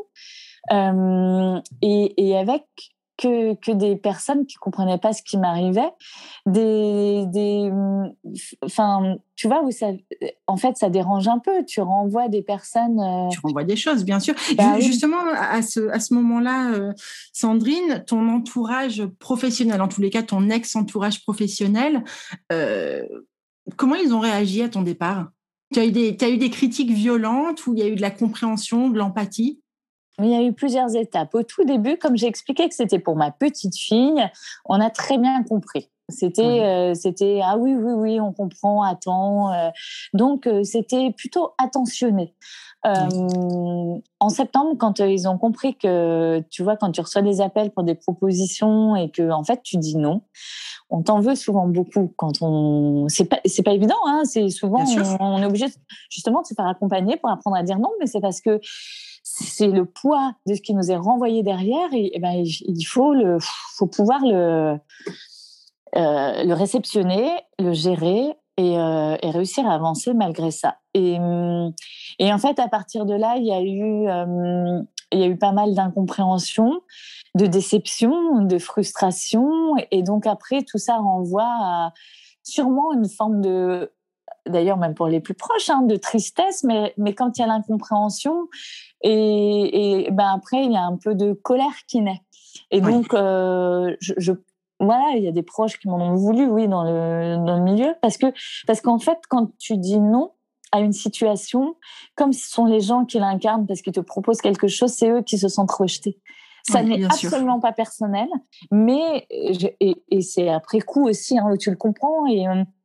euh, et, et avec que, que des personnes qui comprenaient pas ce qui m'arrivait, des, des, enfin, tu vois où ça, en fait, ça dérange un peu. Tu renvoies des personnes. Euh... Tu renvoies des choses, bien sûr. Bah, oui. Justement, à ce, à ce moment-là, euh, Sandrine, ton entourage professionnel, en tous les cas, ton ex-entourage professionnel, euh, comment ils ont réagi à ton départ? Tu as eu des, tu as eu des critiques violentes ou il y a eu de la compréhension, de l'empathie? Il y a eu plusieurs étapes. Au tout début, comme j'ai expliqué que c'était pour ma petite fille, on a très bien compris. C'était, oui. euh, c'était ah oui, oui, oui, on comprend, attends. Euh, donc, euh, c'était plutôt attentionné. Euh, oui. En septembre, quand euh, ils ont compris que, tu vois, quand tu reçois des appels pour des propositions et que, en fait, tu dis non, on t'en veut souvent beaucoup quand on... C'est pas, c'est pas évident, hein. C'est souvent, on, on est obligé justement de se faire accompagner pour apprendre à dire non, mais c'est parce que c'est le poids de ce qui nous est renvoyé derrière et, et ben, il faut, le, faut pouvoir le, euh, le réceptionner, le gérer et, euh, et réussir à avancer malgré ça. Et, et en fait, à partir de là, il y a eu, euh, il y a eu pas mal d'incompréhension, de déception, de frustration. Et donc après, tout ça renvoie à sûrement une forme de... D'ailleurs, même pour les plus proches, hein, de tristesse, mais, mais quand il y a l'incompréhension, et, et ben après, il y a un peu de colère qui naît. Et oui. donc, euh, je, je, voilà, il y a des proches qui m'en ont voulu, oui, dans le, dans le milieu, parce que, parce qu'en fait, quand tu dis non à une situation, comme ce sont les gens qui l'incarnent parce qu'ils te proposent quelque chose, c'est eux qui se sentent rejetés. Ça oui, n'est absolument sûr. Pas personnel, mais, et, et c'est après coup aussi, hein, où tu le comprends, et...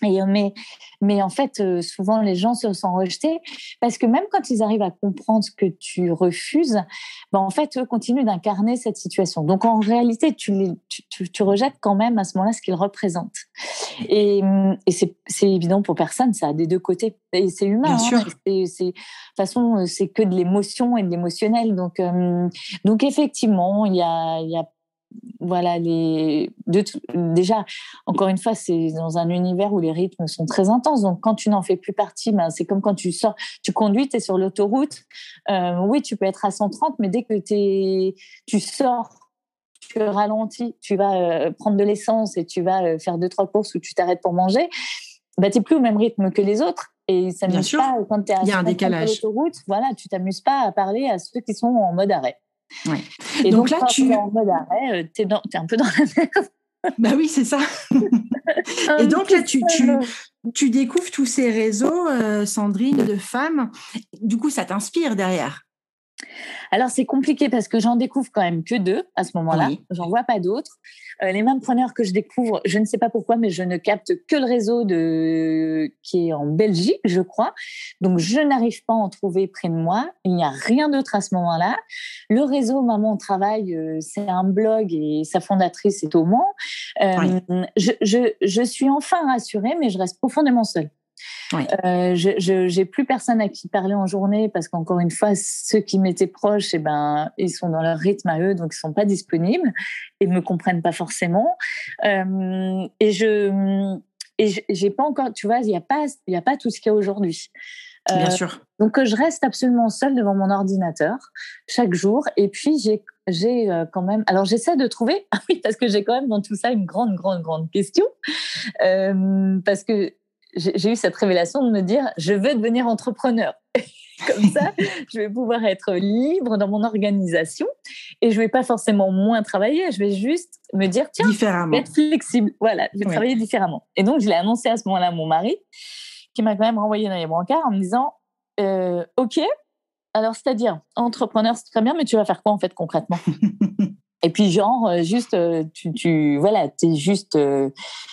Et, mais, mais en fait, euh, souvent, les gens se sentent rejetés parce que même quand ils arrivent à comprendre ce que tu refuses, ben, en fait, eux continuent d'incarner cette situation. Donc, en réalité, tu, tu, tu, tu rejettes quand même à ce moment-là ce qu'ils représentent. Et, et c'est, c'est évident pour personne, ça a des deux côtés. Et c'est humain. Bien sûr. Hein, et c'est, c'est, de toute façon, c'est que de l'émotion et de l'émotionnel. Donc, euh, donc effectivement, il y a... Il y a voilà, les de, déjà encore une fois, c'est dans un univers où les rythmes sont très intenses, donc quand tu n'en fais plus partie, ben, c'est comme quand tu sors, tu conduis, tu es sur l'autoroute, euh, oui, tu peux être à cent trente, mais dès que t'es, tu sors, tu ralentis, tu vas euh, prendre de l'essence et tu vas euh, faire deux trois courses ou tu t'arrêtes pour manger, ben, tu n'es plus au même rythme que les autres. Et ça Bien m'amuse sûr, pas quand tu es à il y a un cent trente sur décalage. l'autoroute, voilà, tu t'amuses pas à parler à ceux qui sont en mode arrêt. Ouais. Et donc, donc, là, quand tu es tu... en mode arrêt, tu es un peu dans la merde. Bah oui, c'est ça. Et donc là, tu, tu, tu découvres tous ces réseaux, euh, Sandrine, de femmes. Du coup, ça t'inspire derrière. Alors, c'est compliqué parce que j'en découvre quand même que deux à ce moment-là. Oui. J'en vois pas d'autres. Euh, les preneurs que je découvre, je ne sais pas pourquoi, mais je ne capte que le réseau de... qui est en Belgique, je crois. Donc, je n'arrive pas à en trouver près de moi. Il n'y a rien d'autre à ce moment-là. Le réseau Maman au travail, euh, c'est un blog et sa fondatrice est au Mans. Euh, oui. je, je, je suis enfin rassurée, mais je reste profondément seule. Oui. Euh, je, je, j'ai plus personne à qui parler en journée parce qu'encore une fois, ceux qui m'étaient proches, eh ben, ils sont dans leur rythme à eux, donc ils sont pas disponibles et me comprennent pas forcément. Euh, et je, et j'ai pas encore, tu vois, il y a pas, il y a pas tout ce qu'il y a aujourd'hui. Euh, Bien sûr. Donc je reste absolument seule devant mon ordinateur chaque jour. Et puis j'ai, j'ai quand même, alors j'essaie de trouver, ah oui, parce que j'ai quand même dans tout ça une grande, grande, grande question, euh, parce que j'ai eu cette révélation de me dire je veux devenir entrepreneur. Comme ça, je vais pouvoir être libre dans mon organisation et je vais pas forcément moins travailler, je vais juste me dire tiens, différemment. Je vais être flexible. Voilà, je vais oui. travailler différemment. Et donc je l'ai annoncé à ce moment-là à mon mari qui m'a quand même renvoyé dans les brancards en me disant euh, ok, alors c'est-à-dire entrepreneur c'est très bien, mais tu vas faire quoi en fait concrètement? Et puis genre juste tu, tu voilà, t'es juste euh,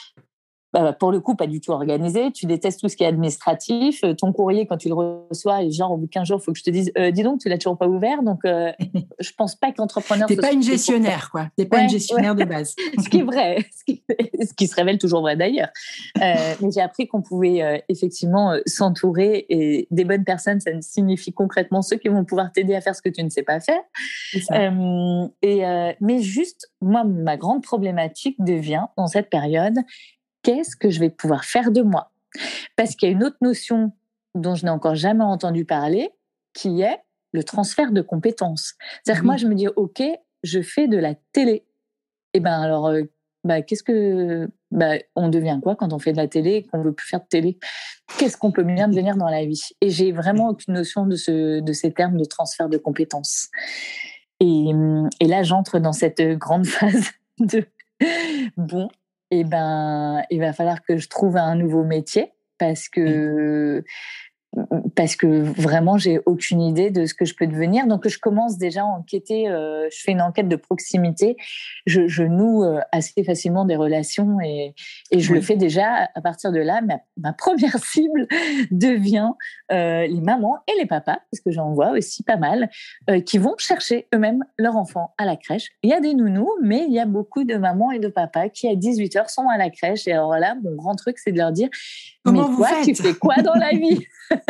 Bah, pour le coup, pas du tout organisé. Tu détestes tout ce qui est administratif. Ton courrier, quand tu le reçois, et genre au bout de quinze jours, il faut que je te dise euh, dis donc, tu l'as toujours pas ouvert. Donc, euh, je pense pas qu'entrepreneur. T'es pas une gestionnaire, quoi. T'es pas ouais, une gestionnaire ouais. de base. Ce qui est vrai, ce qui, ce qui se révèle toujours vrai d'ailleurs. Euh, mais j'ai appris qu'on pouvait euh, effectivement euh, s'entourer et des bonnes personnes, ça signifie concrètement ceux qui vont pouvoir t'aider à faire ce que tu ne sais pas faire. C'est ça. Euh, et euh, mais juste, moi, ma grande problématique devient dans cette période qu'est-ce que je vais pouvoir faire de moi? Parce qu'il y a une autre notion dont je n'ai encore jamais entendu parler, qui est le transfert de compétences. C'est-à-dire oui. que moi, je me dis, OK, je fais de la télé. Et ben alors, euh, bah, qu'est-ce que... Bah, on devient quoi quand on fait de la télé et qu'on ne veut plus faire de télé? Qu'est-ce qu'on peut bien devenir dans la vie? Et j'ai vraiment aucune notion de, ce, de ces termes de transfert de compétences. Et, et là, j'entre dans cette grande phase de... Bon, eh ben, il va falloir que je trouve un nouveau métier parce que, parce que vraiment, j'ai aucune idée de ce que je peux devenir. Donc, je commence déjà à enquêter. Euh, je fais une enquête de proximité. Je, je noue euh, assez facilement des relations et, et je oui. le fais déjà. À partir de là, ma, ma première cible devient euh, les mamans et les papas, parce que j'en vois aussi pas mal, euh, qui vont chercher eux-mêmes leur enfant à la crèche. Il y a des nounous, mais il y a beaucoup de mamans et de papas qui, à dix-huit heures, sont à la crèche. Et alors là, mon grand truc, c'est de leur dire Comment mais vous toi, faites tu fais quoi dans la vie?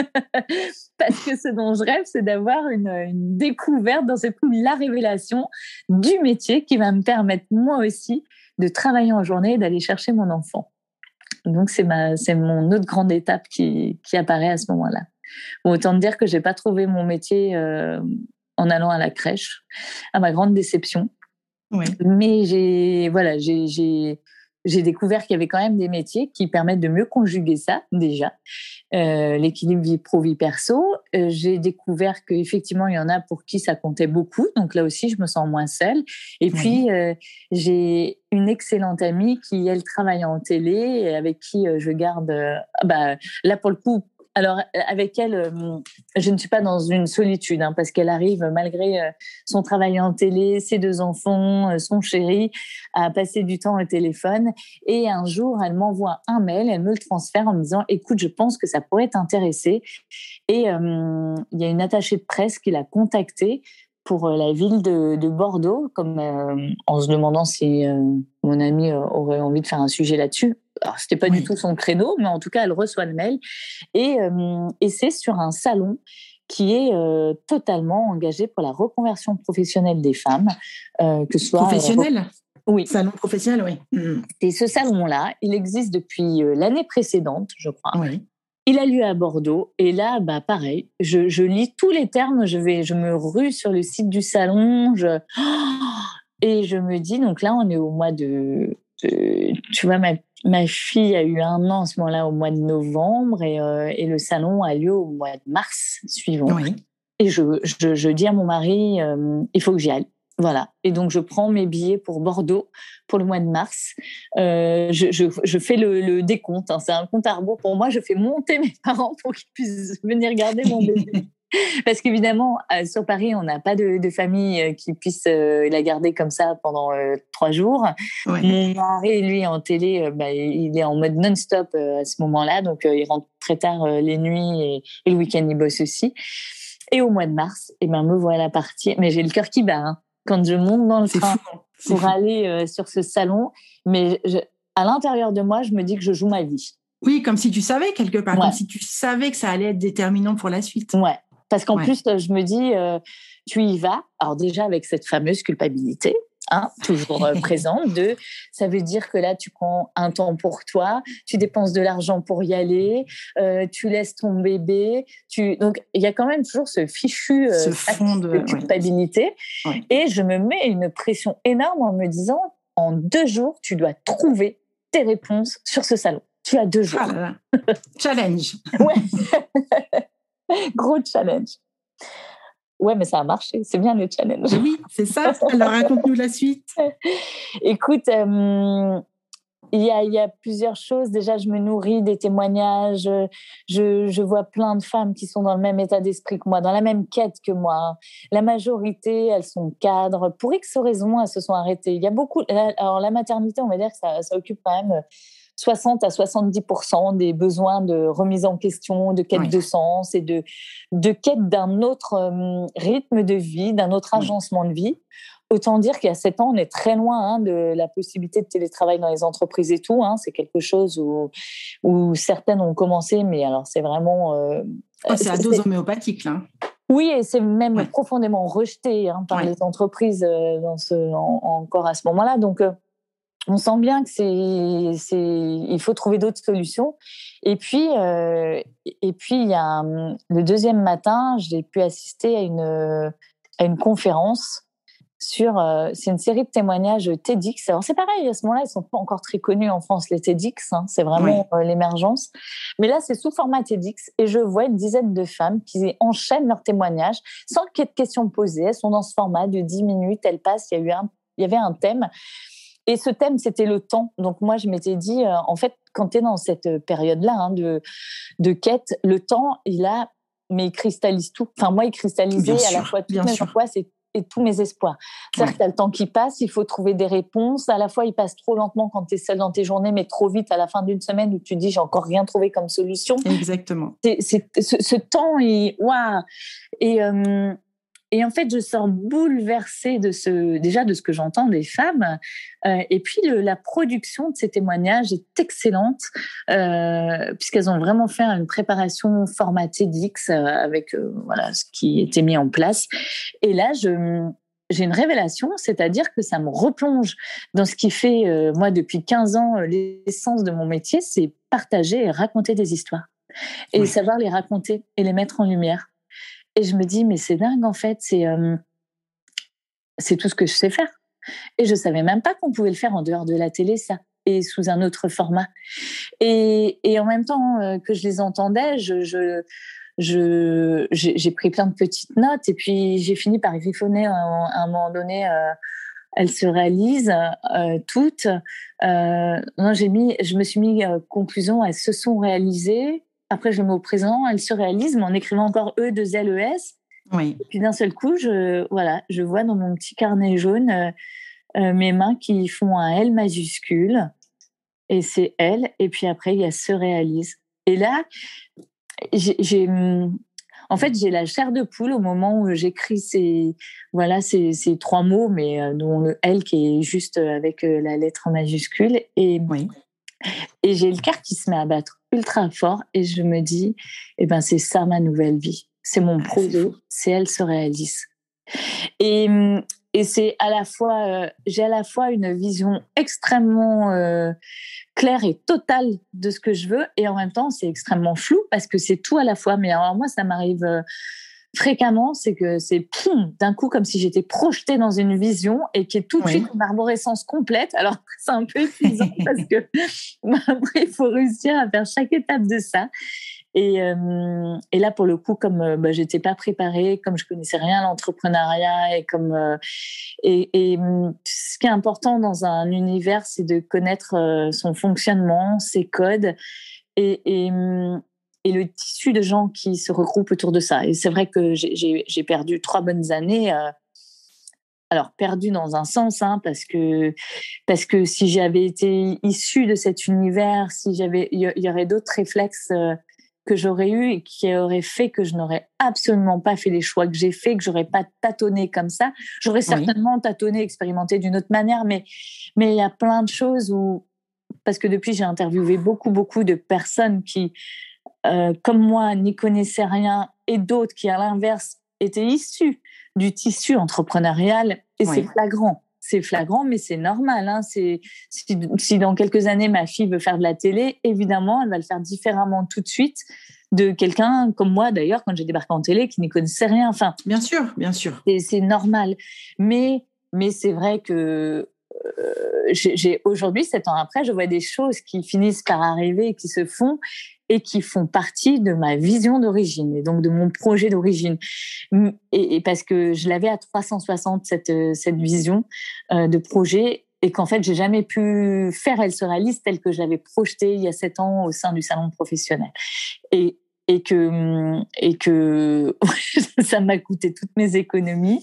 Parce que ce dont je rêve, c'est d'avoir une, une découverte dans cette coup, la révélation du métier qui va me permettre moi aussi de travailler en journée et d'aller chercher mon enfant. Donc c'est ma, c'est mon autre grande étape qui, qui apparaît à ce moment-là. Bon, autant te dire que j'ai pas trouvé mon métier euh, en allant à la crèche, à ma grande déception. Oui. Mais j'ai, voilà, j'ai, j'ai j'ai découvert qu'il y avait quand même des métiers qui permettent de mieux conjuguer ça, déjà. Euh, l'équilibre vie pro, vie perso. Euh, j'ai découvert qu'effectivement, il y en a pour qui ça comptait beaucoup. Donc là aussi, je me sens moins seule. Et oui. puis, euh, j'ai une excellente amie qui, elle, travaille en télé et avec qui euh, je garde... Euh, bah, là, pour le coup, Alors, avec elle, euh, je ne suis pas dans une solitude, hein, parce qu'elle arrive, malgré euh, son travail en télé, ses deux enfants, euh, son chéri, à passer du temps au téléphone. Et un jour, elle m'envoie un mail, elle me le transfère en me disant « Écoute, je pense que ça pourrait t'intéresser ». Et euh, il y a une attachée de presse qui l'a contactée pour la ville de, de Bordeaux, comme, euh, en se demandant si euh, mon amie aurait envie de faire un sujet là-dessus. Alors, c'était pas oui. du tout son créneau, mais en tout cas, elle reçoit le mail. Et, euh, et c'est sur un salon qui est euh, totalement engagé pour la reconversion professionnelle des femmes. Euh, que ce soit, professionnelle euh, Oui. Salon professionnel, oui. Mmh. Et ce salon-là, il existe depuis euh, l'année précédente, je crois. Oui. Il a lieu à Bordeaux. Et là, bah, pareil, je, je lis tous les termes, je, vais, je me rue sur le site du salon. Je... Et je me dis, donc là, on est au mois de... de tu vois, ma, ma fille a eu un an à ce moment-là, au mois de novembre, et, euh, et le salon a lieu au mois de mars suivant. Oui. Et je, je, je dis à mon mari, euh, il faut que j'y aille. Voilà. Et donc, je prends mes billets pour Bordeaux pour le mois de mars. Euh, je, je, je fais le, le décompte. Hein. C'est un compte à rebours pour moi. Je fais monter mes parents pour qu'ils puissent venir garder mon bébé. Parce qu'évidemment, euh, sur Paris, on n'a pas de, de famille euh, qui puisse euh, la garder comme ça pendant euh, trois jours. Ouais. Mon mari, lui, en télé, euh, bah, il est en mode non-stop euh, à ce moment-là. Donc, euh, il rentre très tard euh, les nuits et, et le week-end, il bosse aussi. Et au mois de mars, eh ben, me voilà partir. Mais j'ai le cœur qui bat, hein. Quand je monte dans le train pour fou. aller euh, sur ce salon, mais je, à l'intérieur de moi, je me dis que je joue ma vie. Oui, comme si tu savais quelque part, ouais. comme si tu savais que ça allait être déterminant pour la suite. Ouais, parce qu'en ouais. plus, je me dis, euh, tu y vas, alors déjà avec cette fameuse culpabilité, hein, toujours euh, présente, de, ça veut dire que là, tu prends un temps pour toi, tu dépenses de l'argent pour y aller, euh, tu laisses ton bébé, tu... donc il y a quand même toujours ce fichu euh, ce fond de, de culpabilité, ouais. Ouais. Et je me mets une pression énorme en me disant, en deux jours, tu dois trouver tes réponses sur ce salon. Tu as deux jours. Ah là là. Challenge. Ouais. Gros challenge. Ouais, mais ça a marché. C'est bien le challenge. Oui, c'est ça. Alors, raconte-nous la suite. Écoute, il euh, y, a, y a plusieurs choses. Déjà, je me nourris des témoignages. Je, je vois plein de femmes qui sont dans le même état d'esprit que moi, dans la même quête que moi. La majorité, elles sont cadres. Pour X raisons, elles se sont arrêtées. Il y a beaucoup... Alors, la maternité, on va dire que ça, ça occupe quand même soixante à soixante-dix pour cent des besoins de remise en question, de quête oui. de sens et de, de quête d'un autre euh, rythme de vie, d'un autre agencement oui. de vie. Autant dire qu'il y a sept ans, on est très loin hein, de la possibilité de télétravail dans les entreprises et tout. Hein. C'est quelque chose où, où certaines ont commencé, mais alors c'est vraiment... Euh, oh, c'est à dose homéopathique, là. Oui, et c'est même ouais. profondément rejeté hein, par ouais. les entreprises euh, dans ce, en, encore à ce moment-là. Donc... Euh, on sent bien que c'est, c'est, il faut trouver d'autres solutions. Et puis, euh, et puis, il y a un, le deuxième matin, j'ai pu assister à une, à une conférence sur, euh, c'est une série de témoignages TEDx. Alors c'est pareil, à ce moment-là, ils sont pas encore très connus en France les TEDx. Hein, c'est vraiment oui. euh, l'émergence. Mais là, c'est sous format TEDx et je vois une dizaine de femmes qui enchaînent leurs témoignages sans qu'il y ait de questions posées. Elles sont dans ce format de dix minutes. Elles passent. Il y a eu un, il y avait un thème. Et ce thème, c'était le temps. Donc moi, je m'étais dit, euh, en fait, quand tu es dans cette période-là hein, de, de quête, le temps, il a, mais il cristallise tout. Enfin, moi, il cristallisait à la fois toutes mes angoisses et, et tous mes espoirs. C'est-à-dire que tu as le temps qui passe, il faut trouver des réponses. À la fois, il passe trop lentement quand tu es seule dans tes journées, mais trop vite à la fin d'une semaine où tu dis, j'ai encore rien trouvé comme solution. Exactement. C'est, c'est, ce, ce temps, il... Waouh. Et... Euh, Et en fait, je sors bouleversée de ce, déjà de ce que j'entends des femmes. Euh, et puis, le, la production de ces témoignages est excellente, euh, puisqu'elles ont vraiment fait une préparation format TEDx euh, avec euh, voilà, ce qui était mis en place. Et là, je, j'ai une révélation, c'est-à-dire que ça me replonge dans ce qui fait, euh, moi, depuis quinze ans, l'essence de mon métier, c'est partager et raconter des histoires. Et oui. savoir les raconter et les mettre en lumière. Et je me dis, mais c'est dingue, en fait, c'est, euh, c'est tout ce que je sais faire. Et je ne savais même pas qu'on pouvait le faire en dehors de la télé, ça, et sous un autre format. Et, et en même temps euh, que je les entendais, je, je, je, j'ai, j'ai pris plein de petites notes, et puis j'ai fini par griffonner à, à un moment donné, euh, elles se réalisent euh, toutes. Euh, non, j'ai mis, je me suis mis euh, conclusion, elles se sont réalisées, après je le mets au présent, elle se réalise, mais en écrivant encore E, deux L, E, S. Oui. Et puis d'un seul coup, je, voilà, je vois dans mon petit carnet jaune euh, euh, mes mains qui font un L majuscule. Et c'est elle. Et puis après, il y a se réalise. Et là, j'ai, j'ai, en fait, j'ai la chair de poule au moment où j'écris ces, voilà, ces, ces trois mots, mais euh, dont le L qui est juste avec euh, la lettre en majuscule. Et, oui. et j'ai le cœur qui se met à battre ultra fort. Et je me dis, eh ben, c'est ça ma nouvelle vie. C'est mon Ah, projet. c'est, c'est elle se réalise. Et, et c'est à la fois, euh, j'ai à la fois une vision extrêmement euh, claire et totale de ce que je veux, et en même temps, c'est extrêmement flou parce que c'est tout à la fois. Mais alors moi, ça m'arrive euh, fréquemment, c'est que c'est poum, d'un coup comme si j'étais projetée dans une vision et qui est tout de oui. suite une arborescence complète. Alors c'est un peu épuisant parce que bah, après, il faut réussir à faire chaque étape de ça. Et, euh, et là, pour le coup, comme euh, bah, j'étais pas préparée, comme je connaissais rien à l'entrepreneuriat, et comme euh, et, et ce qui est important dans un univers, c'est de connaître euh, son fonctionnement, ses codes, et, et, et le tissu de gens qui se regroupent autour de ça. Et c'est vrai que j'ai, j'ai, j'ai perdu trois bonnes années. Euh, alors perdu dans un sens, hein, parce que parce que si j'avais été issue de cet univers, si j'avais, il y, y aurait d'autres réflexes. Euh, que j'aurais eu et qui aurait fait que je n'aurais absolument pas fait les choix que j'ai faits, que j'aurais pas tâtonné comme ça. J'aurais certainement oui. tâtonné, expérimenté d'une autre manière, mais mais il y a plein de choses où, parce que depuis j'ai interviewé beaucoup beaucoup de personnes qui, euh, comme moi, n'y connaissaient rien, et d'autres qui, à l'inverse, étaient issues du tissu entrepreneurial, et oui. c'est flagrant. C'est flagrant, mais c'est normal. Hein. C'est, si, si dans quelques années, ma fille veut faire de la télé, évidemment, elle va le faire différemment tout de suite de quelqu'un comme moi, d'ailleurs, quand j'ai débarqué en télé, qui n'y connaissait rien. Enfin, bien sûr, bien sûr. C'est, c'est normal. Mais, mais c'est vrai que euh, j'ai, j'ai, aujourd'hui, sept ans après, je vois des choses qui finissent par arriver, qui se font et qui font partie de ma vision d'origine, et donc de mon projet d'origine. Et, et parce que je l'avais à trois cent soixante, cette, cette vision euh, de projet, et qu'en fait, j'ai jamais pu faire Elle se réalise telle que je l'avais projetée il y a sept ans au sein du salon professionnel. Et, et que, et que ça m'a coûté toutes mes économies.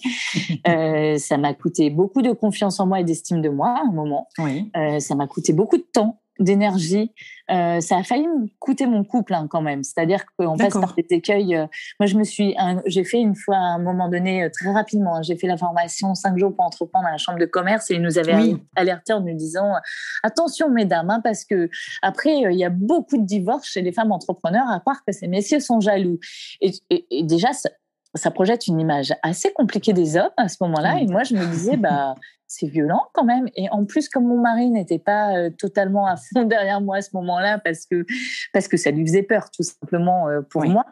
Euh, ça m'a coûté beaucoup de confiance en moi et d'estime de moi à un moment. Oui. Euh, ça m'a coûté beaucoup de temps, d'énergie. Euh, ça a failli me coûter mon couple hein, quand même. C'est-à-dire qu'on D'accord. passe par des écueils. Euh, moi, je me suis, un, j'ai fait une fois à un moment donné euh, très rapidement. Hein, j'ai fait la formation cinq jours pour entreprendre à la chambre de commerce, et ils nous avaient oui. alertés en nous disant attention mesdames, hein, parce que après il euh, y a beaucoup de divorces chez les femmes entrepreneurs, à croire que ces messieurs sont jaloux. Et, et, et déjà ça, ça projette une image assez compliquée des hommes à ce moment-là. Oui. Et moi, je me disais bah c'est violent quand même. Et en plus, comme mon mari n'était pas euh, totalement à fond derrière moi à ce moment-là, parce que, parce que ça lui faisait peur, tout simplement, euh, pour oui. moi,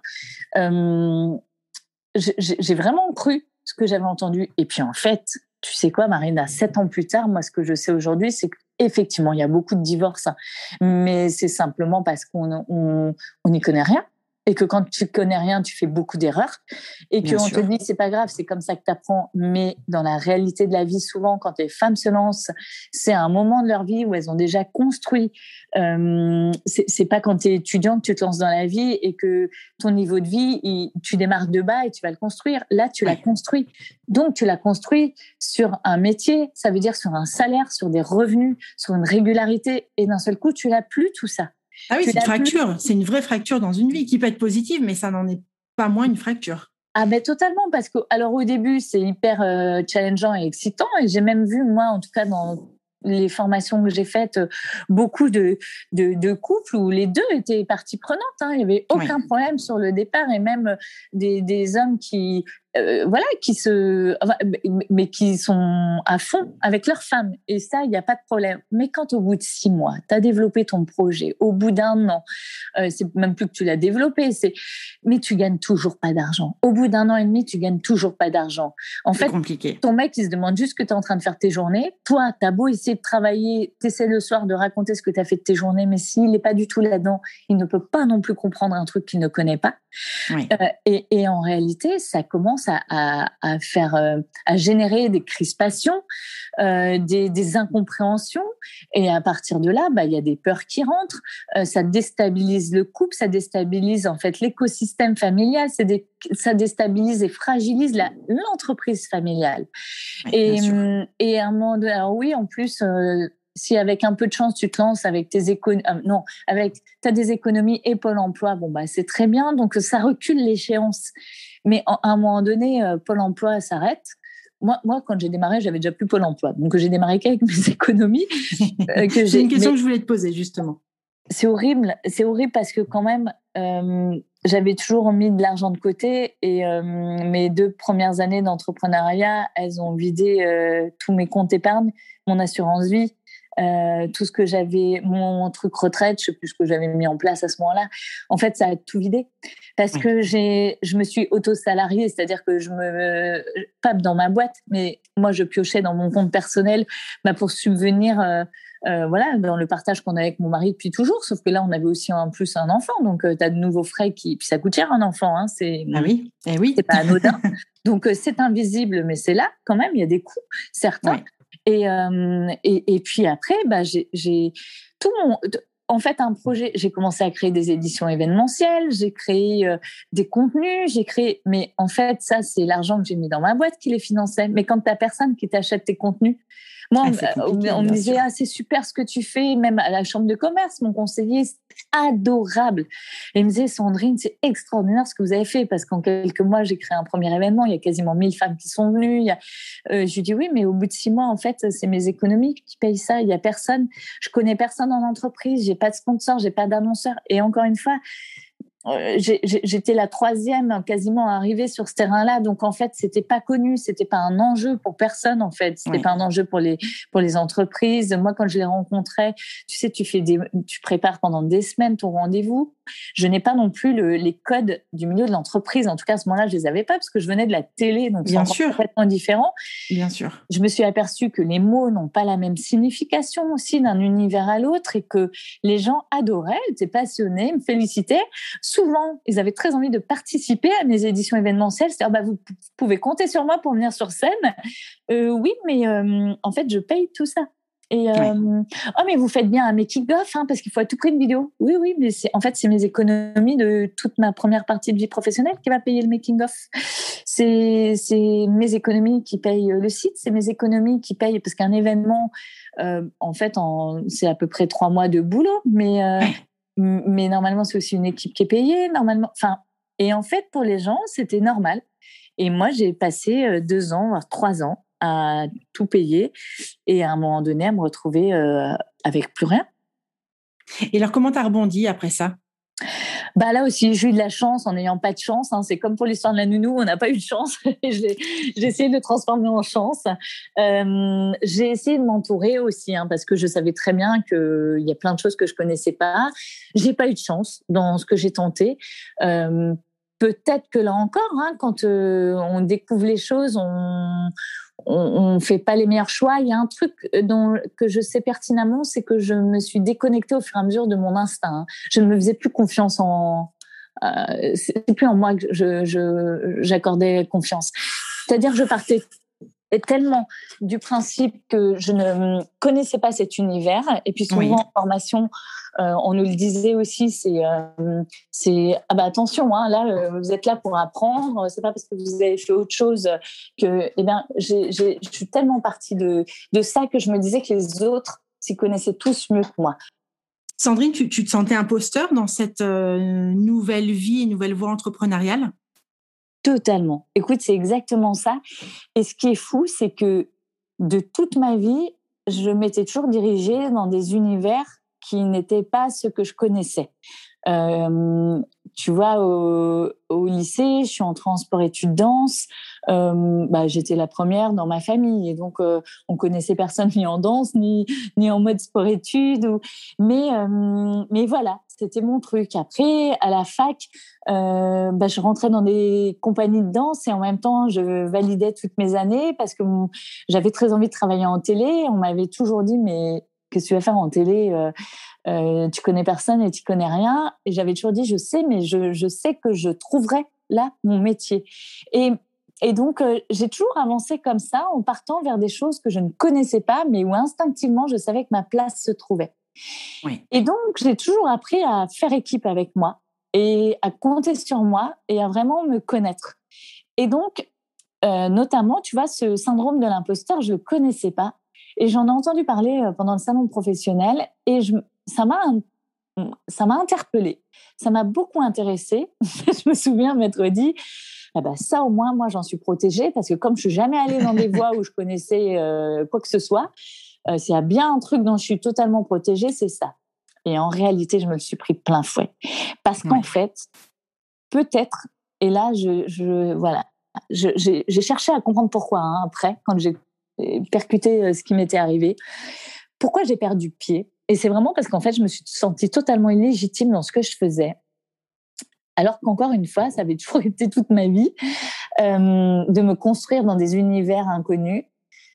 euh, j'ai, j'ai vraiment cru ce que j'avais entendu. Et puis, en fait, tu sais quoi, Marina, sept ans plus tard, moi, ce que je sais aujourd'hui, c'est qu'effectivement, il y a beaucoup de divorces, hein, mais c'est simplement parce qu'on on, on n'y connaît rien. Et que quand tu connais rien, tu fais beaucoup d'erreurs. Et qu'on te dit, c'est pas grave, c'est comme ça que tu apprends. Mais dans la réalité de la vie, souvent, quand les femmes se lancent, c'est un moment de leur vie où elles ont déjà construit. Euh, c'est, c'est pas quand tu es étudiante que tu te lances dans la vie et que ton niveau de vie, il, tu démarres de bas et tu vas le construire. Là, tu l'as construit. Donc, tu l'as construit sur un métier, ça veut dire sur un salaire, sur des revenus, sur une régularité. Et d'un seul coup, tu l'as plus tout ça. Ah oui, tu c'est une fracture. Plus... C'est une vraie fracture dans une vie qui peut être positive, mais ça n'en est pas moins une fracture. Ah ben totalement, parce que alors au début c'est hyper euh, challengeant et excitant, et j'ai même vu moi en tout cas dans les formations que j'ai faites beaucoup de de, de couples où les deux étaient parties prenantes. Hein. Il y avait aucun oui. problème sur le départ, et même des des hommes qui euh, voilà qui se enfin, mais qui sont à fond avec leurs femmes, et ça il n'y a pas de problème. Mais quand au bout de six mois tu as développé ton projet, au bout d'un an euh, c'est même plus que tu l'as développé, c'est mais tu gagnes toujours pas d'argent. Au bout d'un an et demi tu gagnes toujours pas d'argent. En c'est fait compliqué. Ton mec il se demande juste ce que tu es en train de faire tes journées, toi tu as beau essayer de travailler, tu essaies le soir de raconter ce que tu as fait de tes journées, mais s'il n'est pas du tout là-dedans, il ne peut pas non plus comprendre un truc qu'il ne connaît pas. Oui. Euh, et, et en réalité, ça commence à, à, à faire, euh, à générer des crispations, euh, des, des incompréhensions. Et à partir de là, bah, il y a des peurs qui rentrent. Euh, ça déstabilise le couple, ça déstabilise en fait l'écosystème familial, c'est des, ça déstabilise et fragilise la, l'entreprise familiale. Oui, Et, bien sûr. et à un moment donné, alors oui, en plus. Euh, si avec un peu de chance tu te lances avec tes économies, euh, non, avec t'as des économies et Pôle Emploi, bon bah c'est très bien, donc ça recule l'échéance. Mais à un moment donné, euh, Pôle Emploi s'arrête. Moi, moi, quand j'ai démarré, j'avais déjà plus Pôle Emploi, donc j'ai démarré qu'avec mes économies euh, que C'est une j'ai. question Mais que je voulais te poser justement. c'est horrible, c'est horrible parce que quand même, euh, j'avais toujours mis de l'argent de côté et euh, mes deux premières années d'entrepreneuriat, elles ont vidé euh, tous mes comptes épargne, mon assurance vie. Euh, tout ce que j'avais, mon truc retraite, je sais plus ce que j'avais mis en place à ce moment-là. En fait, ça a tout vidé parce Oui. que j'ai, je me suis auto-salariée, c'est-à-dire que je me, pas dans ma boîte, mais moi je piochais dans mon compte personnel, bah, pour subvenir, euh, euh, voilà, dans le partage qu'on a avec mon mari depuis toujours. Sauf que là, on avait aussi en plus un enfant, donc euh, tu as de nouveaux frais qui, puis ça coûte cher un enfant, hein, c'est, Ah oui, eh oui. c'est pas anodin. Donc euh, c'est invisible, mais c'est là quand même. Il y a des coûts certains. Oui. Et, euh, et, et puis après, bah, j'ai, j'ai tout mon, en fait, un projet. J'ai commencé à créer des éditions événementielles, j'ai créé euh, des contenus, j'ai créé. Mais en fait, ça, c'est l'argent que j'ai mis dans ma boîte qui les finançait. Mais quand t'as personne qui t'achète tes contenus, moi, Ah, c'est on, compliqué, on me bien disait sûr. ah c'est super ce que tu fais, même à la chambre de commerce, mon conseiller, c'est adorable. Et il me disait Sandrine, c'est extraordinaire ce que vous avez fait parce qu'en quelques mois, j'ai créé un premier événement, il y a quasiment mille femmes qui sont venues. Il y a, euh, je lui dis oui, mais au bout de six mois, en fait, c'est mes économies qui payent ça. Il y a personne, je connais personne en entreprise, j'ai pas de sponsor, j'ai pas d'annonceur. Et encore une fois, euh, j'ai, j'étais la troisième quasiment arrivée sur ce terrain-là, donc en fait c'était pas connu, c'était pas un enjeu pour personne en fait, c'était Oui. pas un enjeu pour les pour les entreprises. Moi quand je les rencontrais, tu sais, tu fais des, tu prépares pendant des semaines ton rendez-vous. Je n'ai pas non plus le, les codes du milieu de l'entreprise. En tout cas à ce moment-là, je les avais pas parce que je venais de la télé, donc c'est Bien encore sûr, complètement différent. bien sûr. Je me suis aperçue que les mots n'ont pas la même signification aussi d'un univers à l'autre et que les gens adoraient, étaient passionnés, me félicitaient. Souvent, ils avaient très envie de participer à mes éditions événementielles. C'est-à-dire, bah, vous p- pouvez compter sur moi pour venir sur scène. Euh, oui, mais euh, en fait, je paye tout ça. Et Oui. euh, oh, mais vous faites bien un making-of, hein, parce qu'il faut à tout prix une vidéo. Oui, oui, mais c'est, en fait, c'est mes économies de toute ma première partie de vie professionnelle qui va payer le making-of. C'est, c'est mes économies qui payent le site, c'est mes économies qui payent, parce qu'un événement, euh, en fait, en, c'est à peu près trois mois de boulot, mais, euh, Oui. mais normalement, c'est aussi une équipe qui est payée, normalement. Enfin, et en fait, pour les gens, c'était normal. Et moi, j'ai passé euh, deux ans, voire trois ans à tout payer et à un moment donné, à me retrouver euh, avec plus rien. Et alors, comment tu as rebondi après ça? Bah là aussi, j'ai eu de la chance en n'ayant pas de chance. Hein. C'est comme pour l'histoire de la nounou, on n'a pas eu de chance. Et j'ai, j'ai essayé de le transformer en chance. Euh, j'ai essayé de m'entourer aussi, hein, parce que je savais très bien qu'il y a plein de choses que je connaissais pas. J'ai pas eu de chance dans ce que j'ai tenté. Euh, peut-être que là encore, hein, quand euh, on découvre les choses, on on, ne fait pas les meilleurs choix. Il y a un truc dont, que je sais pertinemment, c'est que je me suis déconnectée au fur et à mesure de mon instinct. Hein. Je ne me faisais plus confiance en... Euh, c'est plus en moi que je, je, j'accordais confiance. C'est-à-dire que je partais tellement du principe que je ne connaissais pas cet univers. Et puis souvent, Oui. en formation, euh, on nous le disait aussi, c'est, euh, c'est ah bah attention, hein, là, euh, vous êtes là pour apprendre. C'est pas parce que vous avez fait autre chose que, eh bien, j'ai, j'ai, je suis tellement partie de, de ça que je me disais que les autres s'y connaissaient tous mieux que moi. Sandrine, tu, tu te sentais imposteur dans cette euh, nouvelle vie, nouvelle voie entrepreneuriale? Totalement. Écoute, c'est exactement ça. Et ce qui est fou, c'est que de toute ma vie, je m'étais toujours dirigée dans des univers qui n'étaient pas ceux que je connaissais. Euh, tu vois, au, au lycée, je suis entrée en sport-études danse. Euh, bah, j'étais la première dans ma famille, et donc euh, on connaissait personne ni en danse ni ni en mode sport-études. Ou... Mais euh, mais voilà, c'était mon truc. Après, à la fac, euh, bah, je rentrais dans des compagnies de danse et en même temps, je validais toutes mes années parce que mon... j'avais très envie de travailler en télé. On m'avait toujours dit mais qu'est-ce que tu vas faire en télé euh, euh, tu connais personne et tu connais rien. Et j'avais toujours dit, je sais, mais je, je sais que je trouverai là mon métier. Et, et donc, euh, j'ai toujours avancé comme ça, en partant vers des choses que je ne connaissais pas, mais où instinctivement, je savais que ma place se trouvait. Oui. Et donc, j'ai toujours appris à faire équipe avec moi et à compter sur moi et à vraiment me connaître. Et donc, euh, notamment, tu vois, ce syndrome de l'imposteur, je ne le connaissais pas. Et j'en ai entendu parler pendant le salon professionnel et je, ça m'a, ça m'a interpellée. Ça m'a beaucoup intéressée. Je me souviens m'être dit, ah ben ça au moins, moi, j'en suis protégée parce que comme je ne suis jamais allée dans des voies où je connaissais euh, quoi que ce soit, euh, s'il y a bien un truc dont je suis totalement protégée, c'est ça. Et en réalité, je me le suis pris plein fouet. Parce qu'en ouais. fait, peut-être, et là, je, je, voilà, je, j'ai, j'ai cherché à comprendre pourquoi, hein, après, quand j'ai percuté ce qui m'était arrivé. Pourquoi j'ai perdu pied ? Et c'est vraiment parce qu'en fait, je me suis sentie totalement illégitime dans ce que je faisais. Alors qu'encore une fois, ça avait toujours été toute ma vie euh, de me construire dans des univers inconnus.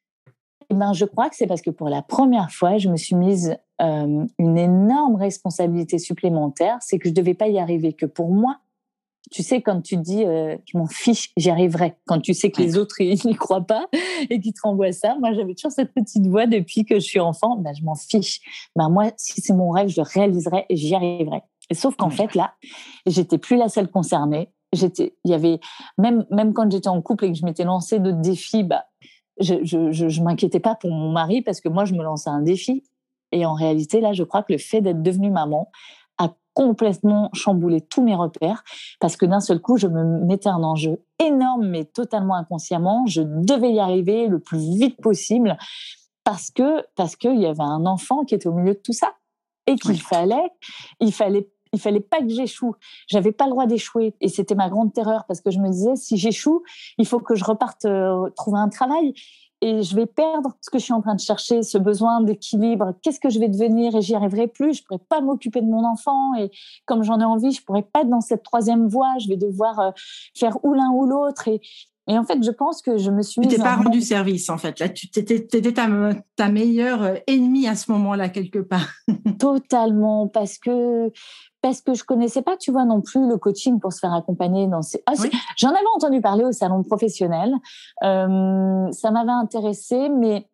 Et ben, je crois que c'est parce que pour la première fois, je me suis mise euh, une énorme responsabilité supplémentaire. C'est que je ne devais pas y arriver que pour moi. Tu sais, quand tu dis euh, « je m'en fiche, j'y arriverai », quand tu sais que les autres, ils n'y croient pas et qu'ils te renvoient ça. Moi, j'avais toujours cette petite voix depuis que je suis enfant. Ben, je m'en fiche. Ben, moi, si c'est mon rêve, je le réaliserai et j'y arriverai. Et sauf qu'en fait, là, j'étais plus la seule concernée. J'étais, il y avait, même, même quand j'étais en couple et que je m'étais lancée d'autres défis, bah, je, je, je, je m'inquiétais pas pour mon mari parce que moi, je me lançais un défi. Et en réalité, là, je crois que le fait d'être devenue maman a complètement chamboulé tous mes repères parce que d'un seul coup, je me mettais un enjeu énorme, mais totalement inconsciemment. Je devais y arriver le plus vite possible parce que, parce qu'il y avait un enfant qui était au milieu de tout ça et qu'il oui. fallait, il fallait, il fallait pas que j'échoue. J'avais pas le droit d'échouer et c'était ma grande terreur parce que je me disais, si j'échoue, il faut que je reparte euh, trouver un travail. Et je vais perdre ce que je suis en train de chercher, ce besoin d'équilibre. Qu'est-ce que je vais devenir et j'y arriverai plus. Je pourrai pas m'occuper de mon enfant et comme j'en ai envie, je pourrai pas être dans cette troisième voie. Je vais devoir euh, faire ou l'un ou l'autre. Et, et en fait, je pense que je me suis mise. Tu t'es pas en... rendu service en fait. Là, tu t'étais, t'étais ta, ta meilleure ennemie à ce moment-là quelque part. Totalement, parce que parce que je connaissais pas, tu vois, non plus le coaching pour se faire accompagner dans ces. Ah, oui. J'en avais entendu parler au salon professionnel, euh, ça m'avait intéressée, mais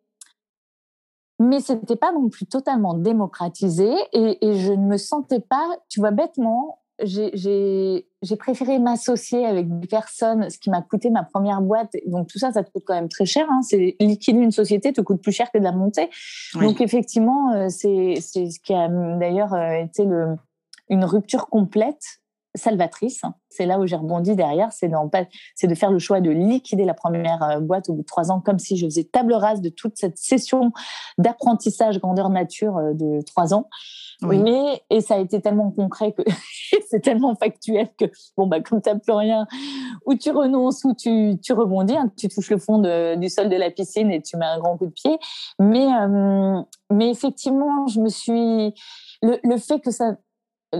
mais c'était pas non plus totalement démocratisé et, et je ne me sentais pas, tu vois, bêtement. J'ai, j'ai, j'ai préféré m'associer avec des personnes, ce qui m'a coûté ma première boîte. Donc, tout ça, ça te coûte quand même très cher. Hein. C'est, liquider une société te coûte plus cher que de la monter. Oui. Donc, effectivement, c'est, c'est ce qui a d'ailleurs été le, une rupture complète, salvatrice. C'est là où j'ai rebondi derrière. C'est, dans, c'est de faire le choix de liquider la première boîte au bout de trois ans, comme si je faisais table rase de toute cette session d'apprentissage grandeur nature de trois ans. Oui. Mais, et ça a été tellement concret que c'est tellement factuel que, bon, bah, comme t'as plus rien, ou tu renonces, ou tu, tu rebondis, hein, tu touches le fond de, du sol de la piscine et tu mets un grand coup de pied. Mais, euh, mais effectivement, je me suis, le, le fait que ça, euh,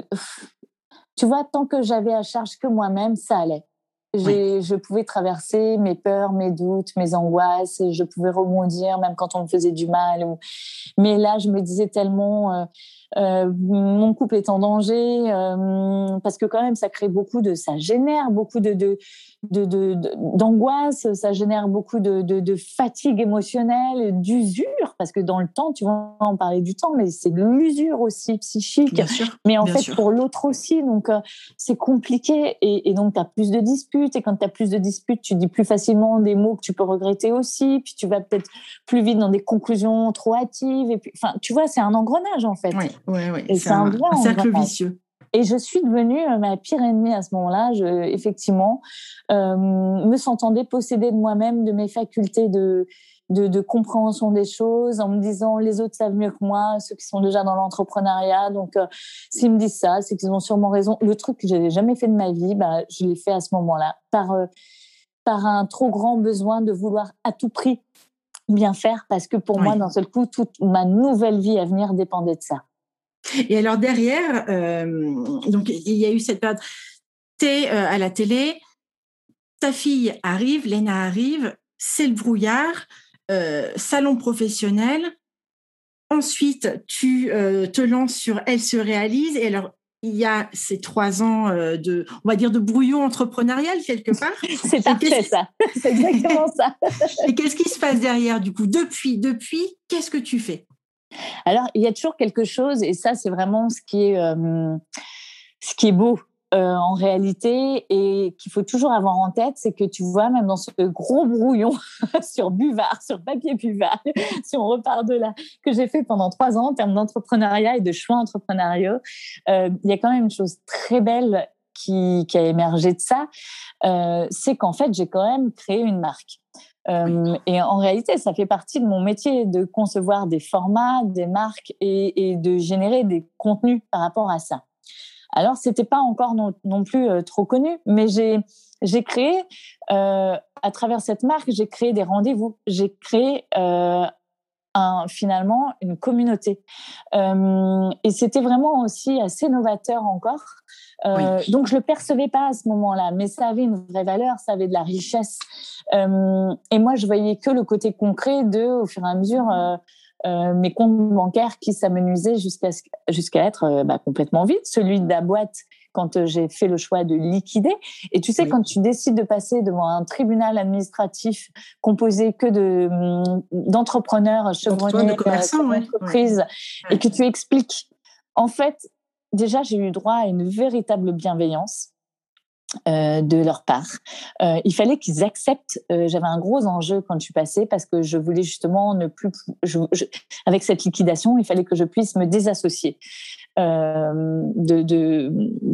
tu vois, tant que j'avais à charge que moi-même, ça allait. J'ai, oui. Je pouvais traverser mes peurs, mes doutes, mes angoisses, et je pouvais rebondir même quand on me faisait du mal. Ou... Mais là, je me disais tellement, euh, euh, mon couple est en danger, euh, parce que quand même, ça crée beaucoup de, ça génère beaucoup de, de, de, de, de d'angoisse, ça génère beaucoup de, de, de fatigue émotionnelle, d'usure, parce que dans le temps, tu vois, on parlait du temps, mais c'est de l'usure aussi psychique. Bien sûr, mais en bien fait, sûr. Pour l'autre aussi, donc euh, c'est compliqué, et, et donc tu as plus de disputes, et quand tu as plus de disputes, tu dis plus facilement des mots que tu peux regretter aussi, puis tu vas peut-être plus vite dans des conclusions trop hâtives, et puis, enfin, tu vois, c'est un engrenage en fait. Oui, oui, oui. Et c'est, c'est un, un cercle vicieux. Et je suis devenue ma pire ennemie à ce moment-là, je, effectivement, euh, me sentant dépossédée de moi-même, de mes facultés de, de, de compréhension des choses, en me disant les autres savent mieux que moi, ceux qui sont déjà dans l'entrepreneuriat, donc euh, s'ils me disent ça, c'est qu'ils ont sûrement raison. Le truc que je n'avais jamais fait de ma vie, bah, je l'ai fait à ce moment-là, par, euh, par un trop grand besoin de vouloir à tout prix bien faire, parce que pour oui. moi, d'un seul coup, toute ma nouvelle vie à venir dépendait de ça. Et alors derrière, euh, donc il y a eu cette période, t'es euh, à la télé, ta fille arrive, Léna arrive, c'est le brouillard, euh, salon professionnel. ensuite, tu euh, te lances sur Elle se réalise. Et alors, il y a ces trois ans euh, de, on va dire, de brouillon entrepreneurial quelque part. C'est parfait, ça. C'est exactement ça. Et qu'est-ce qui se passe derrière, du coup? Depuis, depuis, qu'est-ce que tu fais? Alors, il y a toujours quelque chose, et ça, c'est vraiment ce qui est, euh, ce qui est beau. Euh, en réalité, et qu'il faut toujours avoir en tête, c'est que tu vois, même dans ce gros brouillon sur Buvard, sur papier Buvard, si on repart de là, que j'ai fait pendant trois ans en termes d'entrepreneuriat et de choix entrepreneuriaux, euh, il y a quand même une chose très belle qui, qui a émergé de ça, euh, c'est qu'en fait, j'ai quand même créé une marque. Euh, et en réalité, ça fait partie de mon métier de concevoir des formats, des marques et, et de générer des contenus par rapport à ça. Alors, c'était pas encore non, non plus euh, trop connu, mais j'ai, j'ai créé, euh, à travers cette marque, j'ai créé des rendez-vous. J'ai créé euh, un, finalement une communauté. Euh, et c'était vraiment aussi assez novateur encore. Euh, oui. Donc, je le percevais pas à ce moment-là, mais ça avait une vraie valeur, ça avait de la richesse. Euh, et moi, je voyais que le côté concret de, au fur et à mesure, euh, Euh, mes comptes bancaires qui s'amenuisaient jusqu'à, jusqu'à être euh, bah, complètement vides. Celui de la boîte, quand euh, j'ai fait le choix de liquider. Et tu sais, oui. Quand tu décides de passer devant un tribunal administratif composé que de, d'entrepreneurs chevronnés, de commerçants, euh, d'entreprises, ouais. Et que tu expliques, en fait, déjà, j'ai eu droit à une véritable bienveillance. Euh, de leur part. Euh, il fallait qu'ils acceptent. Euh, j'avais un gros enjeu quand je suis passée parce que je voulais justement ne plus... Je, je, avec cette liquidation, il fallait que je puisse me désassocier euh, de, de,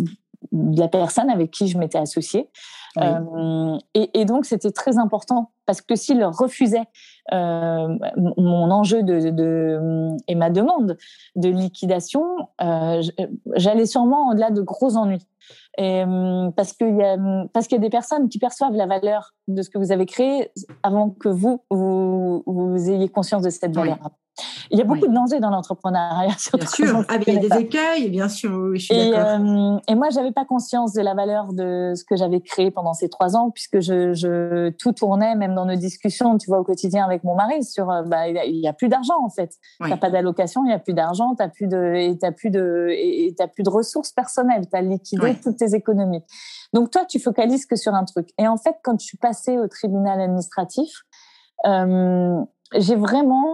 de la personne avec qui je m'étais associée. Oui. Euh, et, et donc, c'était très important parce que s'ils refusaient euh, mon enjeu de, de, de, et ma demande de liquidation, euh, j'allais sûrement au-delà de gros ennuis. Et, parce, qu'il y a, parce qu'il y a des personnes qui perçoivent la valeur de ce que vous avez créé avant que vous, vous, vous ayez conscience de cette valeur. Oui. Il y a beaucoup oui. de dangers dans l'entrepreneuriat. Bien sûr, ah, il y a des pas. écueils, bien sûr, oui, je suis et, d'accord. Euh, et moi, je n'avais pas conscience de la valeur de ce que j'avais créé pendant ces trois ans, puisque je, je, tout tournait, même dans nos discussions, tu vois, au quotidien avec mon mari, sur bah, il n'y a, a plus d'argent, en fait. Oui. Tu n'as pas d'allocation, il n'y a plus d'argent, tu n'as plus, plus, plus de ressources personnelles, tu as liquidé oui. toutes tes économies. Donc, toi, tu focalises que sur un truc. Et en fait, quand je suis passée au tribunal administratif, euh, j'ai vraiment...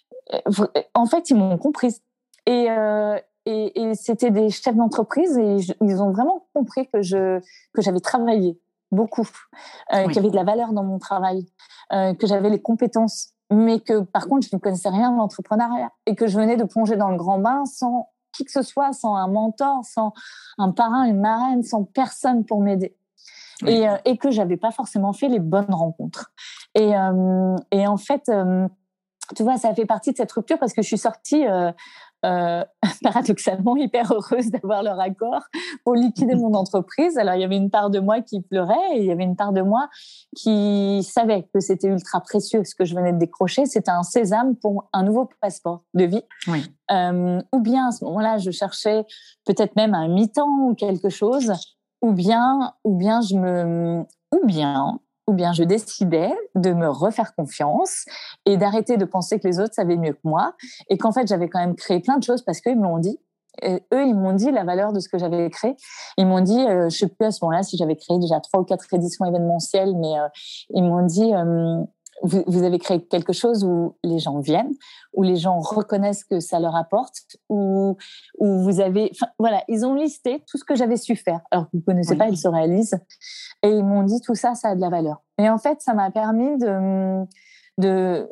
En fait, ils m'ont comprise. Et, euh, et, et c'était des chefs d'entreprise et je, ils ont vraiment compris que, je, que j'avais travaillé beaucoup, euh, oui. qu'il y avait de la valeur dans mon travail, euh, que j'avais les compétences, mais que par contre, je ne connaissais rien de l'entrepreneuriat et que je venais de plonger dans le grand bain sans qui que ce soit, sans un mentor, sans un parrain, une marraine, sans personne pour m'aider. Oui. Et, euh, et que je n'avais pas forcément fait les bonnes rencontres. Et, euh, et en fait... Euh, tu vois, ça fait partie de cette rupture parce que je suis sortie euh, euh, paradoxalement hyper heureuse d'avoir leur accord pour liquider mon entreprise. Alors, il y avait une part de moi qui pleurait et il y avait une part de moi qui savait que c'était ultra précieux ce que je venais de décrocher. C'était un sésame pour un nouveau passeport de vie. Oui. Euh, ou bien, à ce moment-là, je cherchais peut-être même un mi-temps ou quelque chose. Ou bien, ou bien je me... Ou bien... ou bien je décidais de me refaire confiance et d'arrêter de penser que les autres savaient mieux que moi et qu'en fait, j'avais quand même créé plein de choses parce qu'eux, ils me l'ont dit. Et eux, ils m'ont dit la valeur de ce que j'avais créé. Ils m'ont dit, euh, je ne sais plus à ce moment-là si j'avais créé déjà trois ou quatre éditions événementielles, mais euh, ils m'ont dit, euh, vous, vous avez créé quelque chose où les gens viennent, où les gens reconnaissent que ça leur apporte, où, où vous avez... Enfin, voilà, ils ont listé tout ce que j'avais su faire. Alors que vous ne connaissez oui. pas, ils se réalisent. Et ils m'ont dit, tout ça, ça a de la valeur. Et en fait, ça m'a permis de, de,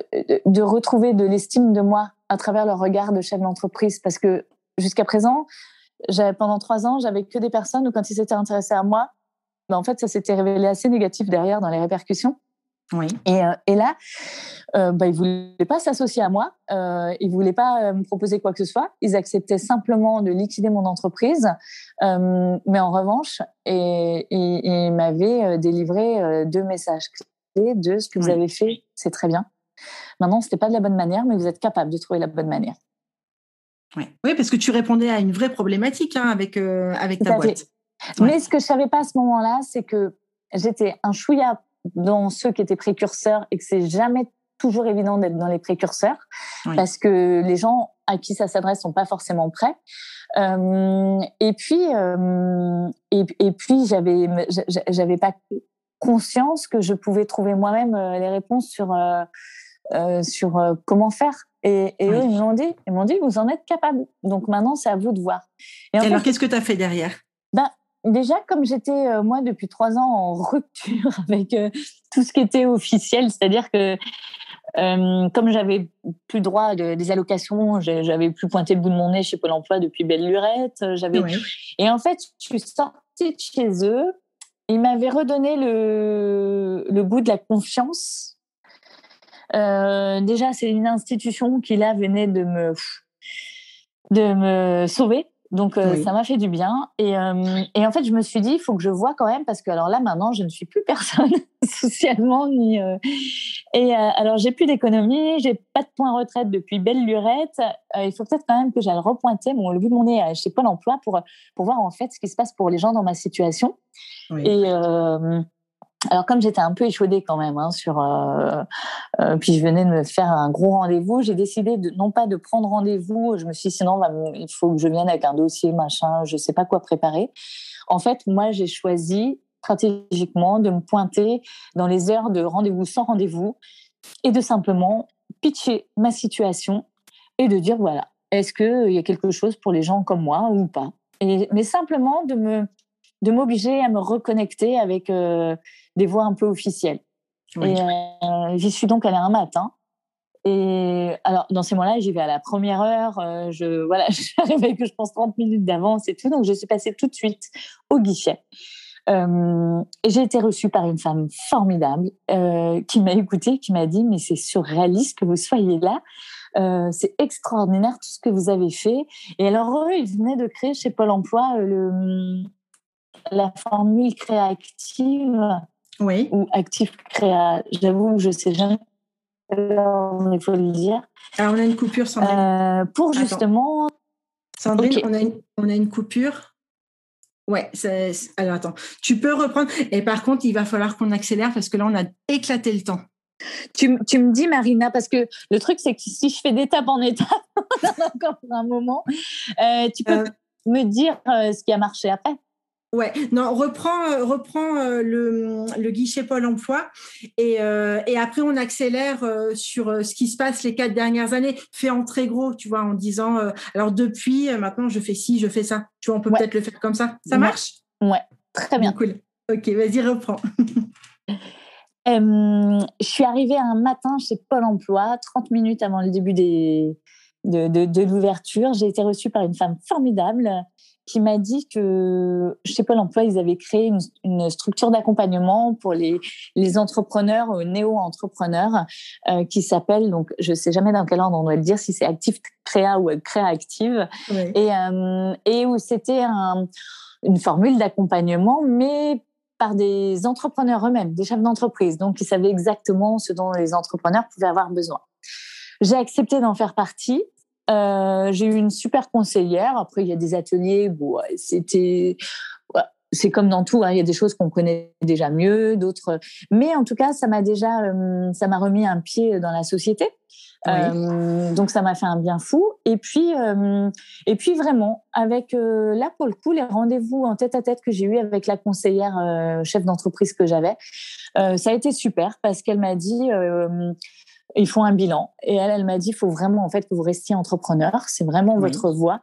de retrouver de l'estime de moi à travers le regard de chef d'entreprise. Parce que jusqu'à présent, j'avais, pendant trois ans, j'avais que des personnes où quand ils s'étaient intéressés à moi, ben en fait, ça s'était révélé assez négatif derrière dans les répercussions. Oui. Et, euh, et là, euh, bah, ils ne voulaient pas s'associer à moi, euh, ils ne voulaient pas euh, me proposer quoi que ce soit, ils acceptaient simplement de liquider mon entreprise, euh, mais en revanche, et, et, et ils m'avaient euh, délivré euh, deux messages clés de ce que oui. vous avez fait, c'est très bien. Maintenant, ce n'était pas de la bonne manière, mais vous êtes capable de trouver la bonne manière. Oui, oui parce que tu répondais à une vraie problématique hein, avec, euh, avec ta boîte. Ouais. Mais ce que je ne savais pas à ce moment-là, c'est que j'étais un chouïa dans ceux qui étaient précurseurs et que c'est jamais toujours évident d'être dans les précurseurs oui. parce que les gens à qui ça s'adresse sont pas forcément prêts. Euh, et puis, euh, et, et puis, j'avais, j'avais pas conscience que je pouvais trouver moi-même les réponses sur euh, euh, sur euh, comment faire. Et, et oui. eux, ils m'ont dit, ils m'ont dit, vous en êtes capable. Donc maintenant, c'est à vous de voir. Et, et alors, fait, qu'est-ce que tu as fait derrière? Ben, déjà, comme j'étais, euh, moi, depuis trois ans en rupture avec euh, tout ce qui était officiel, c'est-à-dire que euh, comme j'avais plus droit de, des allocations, j'avais plus pointé le bout de mon nez chez Pôle emploi depuis belle lurette. J'avais... Ouais. Et en fait, je suis sortie de chez eux. Ils m'avaient redonné le, le goût de la confiance. Euh, déjà, c'est une institution qui, là, venait de me, de me sauver. Donc, euh, oui. ça m'a fait du bien. Et, euh, et en fait, je me suis dit, il faut que je vois quand même, parce que alors là, maintenant, je ne suis plus personne socialement. Ni, euh... Et euh, alors, j'ai plus d'économie, j'ai pas de point retraite depuis belle lurette. Euh, il faut peut-être quand même que j'aille repointer mon, le bout de mon nez chez Pôle emploi pour, pour voir en fait ce qui se passe pour les gens dans ma situation. Oui. Et... Euh, alors comme j'étais un peu échaudée quand même hein, sur, euh, euh, puis je venais de me faire un gros rendez-vous, j'ai décidé de non pas de prendre rendez-vous. Je me suis dit sinon bah, il faut que je vienne avec un dossier machin, je sais pas quoi préparer. En fait, moi j'ai choisi stratégiquement de me pointer dans les heures de rendez-vous sans rendez-vous et de simplement pitcher ma situation et de dire voilà, est-ce que il y a quelque chose pour les gens comme moi ou pas. Et, mais simplement de me de m'obliger à me reconnecter avec euh, des voix un peu officielles. Oui. Et euh, j'y suis donc allée un matin. Et alors, dans ces moments-là, j'y vais à la première heure. Euh, je, voilà, j'arrive avec, je pense, trente minutes d'avance et tout. Donc, je suis passée tout de suite au guichet. Euh, et j'ai été reçue par une femme formidable euh, qui m'a écoutée, qui m'a dit « Mais c'est surréaliste que vous soyez là. Euh, c'est extraordinaire tout ce que vous avez fait. » Et alors, eux, ils venaient de créer chez Pôle emploi euh, le... la formule créative oui. ou actif créa. J'avoue que je sais jamais. Alors, il faut le dire. Alors, on a une coupure, Sandrine. Euh, pour Attends. justement. Sandrine, okay. on, a une, on a une coupure. Ouais, c'est, c'est... alors attends. Tu peux reprendre. Et par contre, il va falloir qu'on accélère parce que là, on a éclaté le temps. Tu, tu me dis, Marina, parce que le truc, c'est que si je fais d'étape en étape, on en a encore pour un moment. Euh, tu peux euh... me dire euh, ce qui a marché après? Ouais, non, reprends, euh, reprends euh, le, le guichet Pôle emploi et, euh, et après on accélère euh, sur euh, ce qui se passe les quatre dernières années. Fais en très gros, tu vois, en disant euh, alors depuis euh, maintenant je fais ci, je fais ça. Tu vois, on peut ouais. peut-être le faire comme ça. Ça marche ? Ouais, très bien. Bon, cool. Ok, vas-y, reprends. euh, je suis arrivée un matin chez Pôle emploi, trente minutes avant le début des, de, de, de l'ouverture. J'ai été reçue par une femme formidable qui m'a dit que chez Pôle emploi, ils avaient créé une, une structure d'accompagnement pour les, les entrepreneurs ou néo-entrepreneurs euh, qui s'appelle, donc je ne sais jamais dans quel ordre on doit le dire, si c'est Active Créa ou Créa Active, oui. et, euh, et où c'était un, une formule d'accompagnement, mais par des entrepreneurs eux-mêmes, des chefs d'entreprise, donc ils savaient exactement ce dont les entrepreneurs pouvaient avoir besoin. J'ai accepté d'en faire partie. Euh, j'ai eu une super conseillère. Après, il y a des ateliers. Bon, c'était, ouais, c'est comme dans tout. Hein, il y a des choses qu'on connaît déjà mieux, d'autres. Mais en tout cas, ça m'a déjà, euh, ça m'a remis un pied dans la société. Oui. Euh, donc ça m'a fait un bien fou. Et puis, euh, et puis vraiment, avec euh, là pour le coup, les rendez-vous en tête-à-tête que j'ai eu avec la conseillère euh, chef d'entreprise que j'avais, euh, ça a été super parce qu'elle m'a dit. Euh, Ils font un bilan et elle, elle m'a dit, il faut vraiment en fait que vous restiez entrepreneur, c'est vraiment oui. votre voie.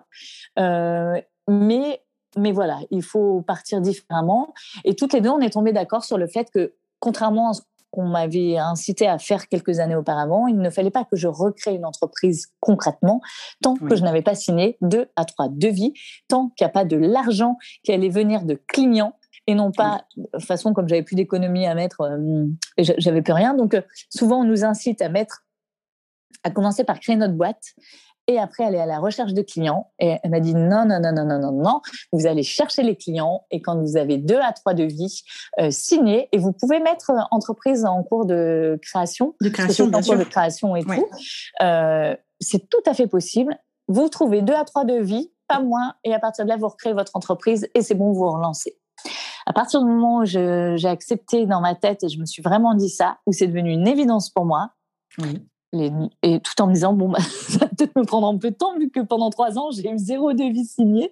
Euh, mais, mais voilà, il faut partir différemment. Et toutes les deux, on est tombées d'accord sur le fait que, contrairement à ce qu'on m'avait incité à faire quelques années auparavant, il ne fallait pas que je recrée une entreprise concrètement tant oui. que je n'avais pas signé deux à trois devis, tant qu'il n'y a pas de l'argent qui allait venir de clients. Et non pas, de toute façon, comme j'avais plus d'économie à mettre, euh, j'avais plus rien. Donc, euh, souvent, on nous incite à mettre, à commencer par créer notre boîte et après aller à la recherche de clients. Et elle m'a dit non, non, non, non, non, non, non. Vous allez chercher les clients et quand vous avez deux à trois devis euh, signés, et vous pouvez mettre euh, entreprise en cours de création, de création, bien en sûr, cours de création et ouais. tout. Euh, c'est tout à fait possible. Vous trouvez deux à trois devis, pas moins, et à partir de là, vous recréez votre entreprise et c'est bon, vous vous relancez. À partir du moment où je, j'ai accepté dans ma tête et je me suis vraiment dit ça, où c'est devenu une évidence pour moi, Oui. Les, et tout en me disant, bon, bah, ça va peut-être me prendre un peu de temps, vu que pendant trois ans, j'ai eu zéro devis signé.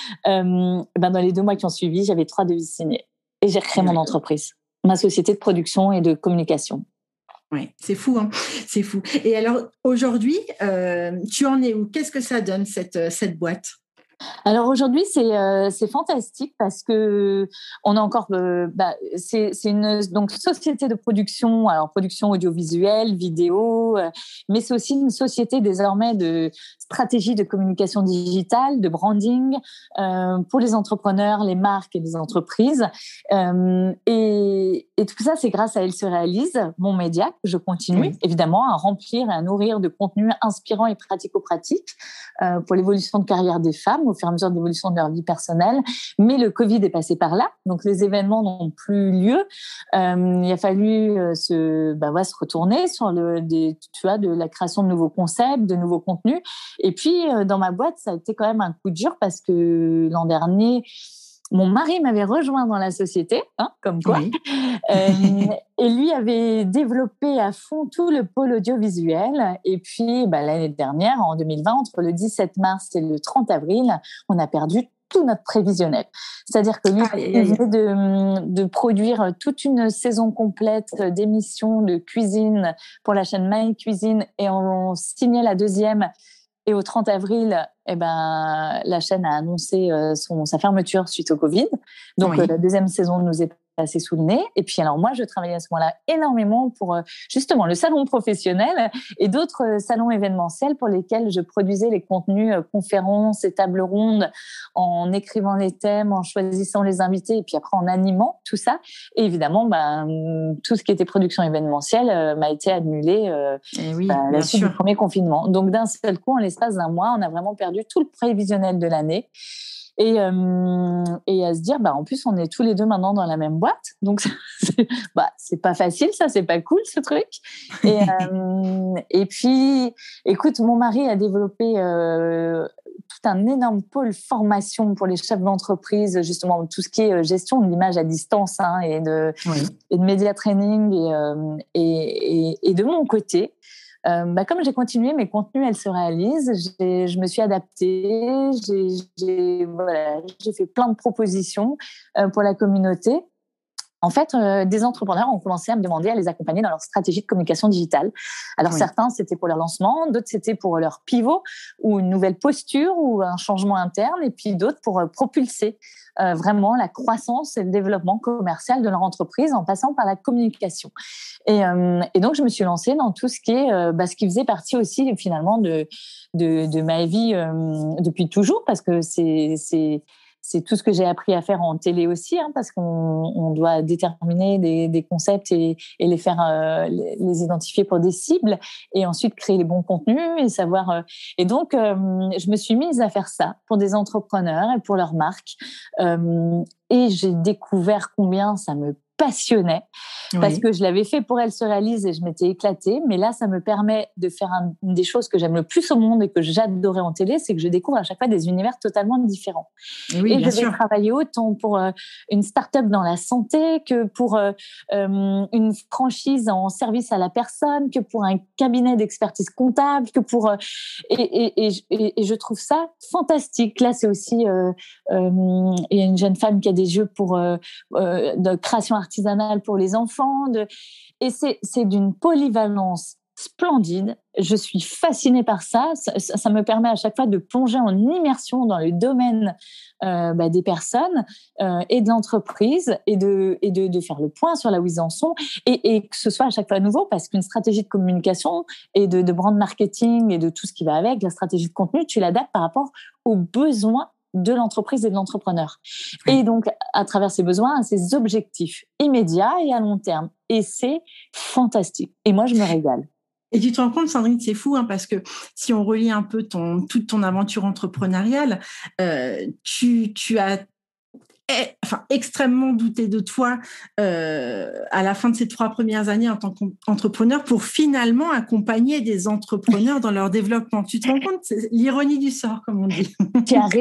Euh, ben dans les deux mois qui ont suivi, j'avais trois devis signés. Et j'ai créé mon entreprise, ma société de production et de communication. Oui, c'est fou, hein, c'est fou. Et alors, aujourd'hui, euh, tu en es où? Qu'est-ce que ça donne, cette, cette boîte? Alors aujourd'hui, c'est euh, c'est fantastique parce que on a encore euh, bah, c'est c'est une donc société de production, alors production audiovisuelle, vidéo, euh, mais c'est aussi une société désormais de stratégie de communication digitale, de branding euh, pour les entrepreneurs, les marques et les entreprises. Euh, et, et tout ça, c'est grâce à Elle se réalise, mon média, que je continue oui. évidemment à remplir et à nourrir de contenus inspirants et pratico-pratiques euh, pour l'évolution de carrière des femmes au fur et à mesure de l'évolution de leur vie personnelle. Mais le Covid est passé par là, donc les événements n'ont plus lieu. Euh, il a fallu euh, se, bah, ouais, se retourner sur le, des, tu vois, de la création de nouveaux concepts, de nouveaux contenus. Et puis, euh, dans ma boîte, ça a été quand même un coup dur parce que l'an dernier, mon mari m'avait rejoint dans la société, hein, comme quoi, oui. euh, et lui avait développé à fond tout le pôle audiovisuel. Et puis, bah, l'année dernière, en deux mille vingt, entre le dix-sept mars et le trente avril, on a perdu tout notre prévisionnel. C'est-à-dire que lui, ah, il venait de, de produire toute une saison complète d'émissions de cuisine pour la chaîne My Cuisine, et on signait la deuxième. Et au trente avril, eh ben, la chaîne a annoncé euh, son, sa fermeture suite au Covid. Donc, oui. euh, la deuxième saison nous est passée sous le nez. Et puis, alors moi, je travaillais à ce moment-là énormément pour euh, justement le salon professionnel et d'autres euh, salons événementiels pour lesquels je produisais les contenus, euh, conférences et tables rondes, en écrivant les thèmes, en choisissant les invités et puis après en animant tout ça. Et évidemment, ben, tout ce qui était production événementielle euh, m'a été annulé euh, oui, ben, à la suite du premier confinement. Donc, d'un seul coup, en l'espace d'un mois, on a vraiment perdu tout le prévisionnel de l'année. Et, euh, et à se dire, bah, en plus, on est tous les deux maintenant dans la même boîte. Donc, c'est, bah, c'est pas facile, ça, c'est pas cool, ce truc. Et, euh, et puis, écoute, mon mari a développé euh, tout un énorme pôle formation pour les chefs d'entreprise, justement, tout ce qui est gestion de l'image à distance hein, et, de, oui. et de média training. Et, euh, et, et, et de mon côté, Euh, bah, comme j'ai continué mes contenus, elles se réalisent. J'ai, je me suis adaptée. J'ai, j'ai, voilà, j'ai fait plein de propositions euh, pour la communauté. En fait, euh, des entrepreneurs ont commencé à me demander à les accompagner dans leur stratégie de communication digitale. Alors, oui. certains, c'était pour leur lancement, d'autres, c'était pour leur pivot ou une nouvelle posture ou un changement interne, et puis d'autres pour euh, propulser euh, vraiment la croissance et le développement commercial de leur entreprise en passant par la communication. Et, euh, et donc, je me suis lancée dans tout ce qui est, euh, bah, ce qui faisait partie aussi finalement de, de, de ma vie euh, depuis toujours, parce que c'est... c'est C'est tout ce que j'ai appris à faire en télé aussi, hein, parce qu'on on doit déterminer des, des concepts et, et les faire, euh, les, les identifier pour des cibles, et ensuite créer les bons contenus et savoir. Euh, et donc, euh, je me suis mise à faire ça pour des entrepreneurs et pour leurs marques, euh, et j'ai découvert combien ça me passionnait oui. parce que je l'avais fait pour Elle se réalise et je m'étais éclatée, mais là ça me permet de faire un, une des choses que j'aime le plus au monde et que j'adorais en télé, c'est que je découvre à chaque fois des univers totalement différents. Et, oui, et je vais sûr. travailler autant pour euh, une start-up dans la santé que pour euh, euh, une franchise en service à la personne, que pour un cabinet d'expertise comptable, que pour euh, et, et, et, et, et je trouve ça fantastique. Là c'est aussi euh, euh, il y a une jeune femme qui a des jeux pour euh, euh, de création artistique artisanale pour les enfants. De... Et c'est, c'est d'une polyvalence splendide. Je suis fascinée par ça. Ça, ça me permet à chaque fois de plonger en immersion dans le domaine euh, bah, des personnes euh, et de l'entreprise et, de, et de, de faire le point sur là où ils en sont et, et que ce soit à chaque fois nouveau, parce qu'une stratégie de communication et de, de brand marketing et de tout ce qui va avec, la stratégie de contenu, tu l'adaptes par rapport aux besoins de l'entreprise et de l'entrepreneur. Oui. Et donc, à travers ses besoins, à ses objectifs immédiats et à long terme. Et c'est fantastique. Et moi, je me régale. Et tu te rends compte, Sandrine, c'est fou, hein, parce que si on relie un peu ton, toute ton aventure entrepreneuriale, euh, tu, tu as est, enfin, extrêmement douté de toi euh, à la fin de ces trois premières années en tant qu'entrepreneur pour finalement accompagner des entrepreneurs dans leur développement. Tu te rends compte, c'est l'ironie du sort, comme on dit. Tu as raison.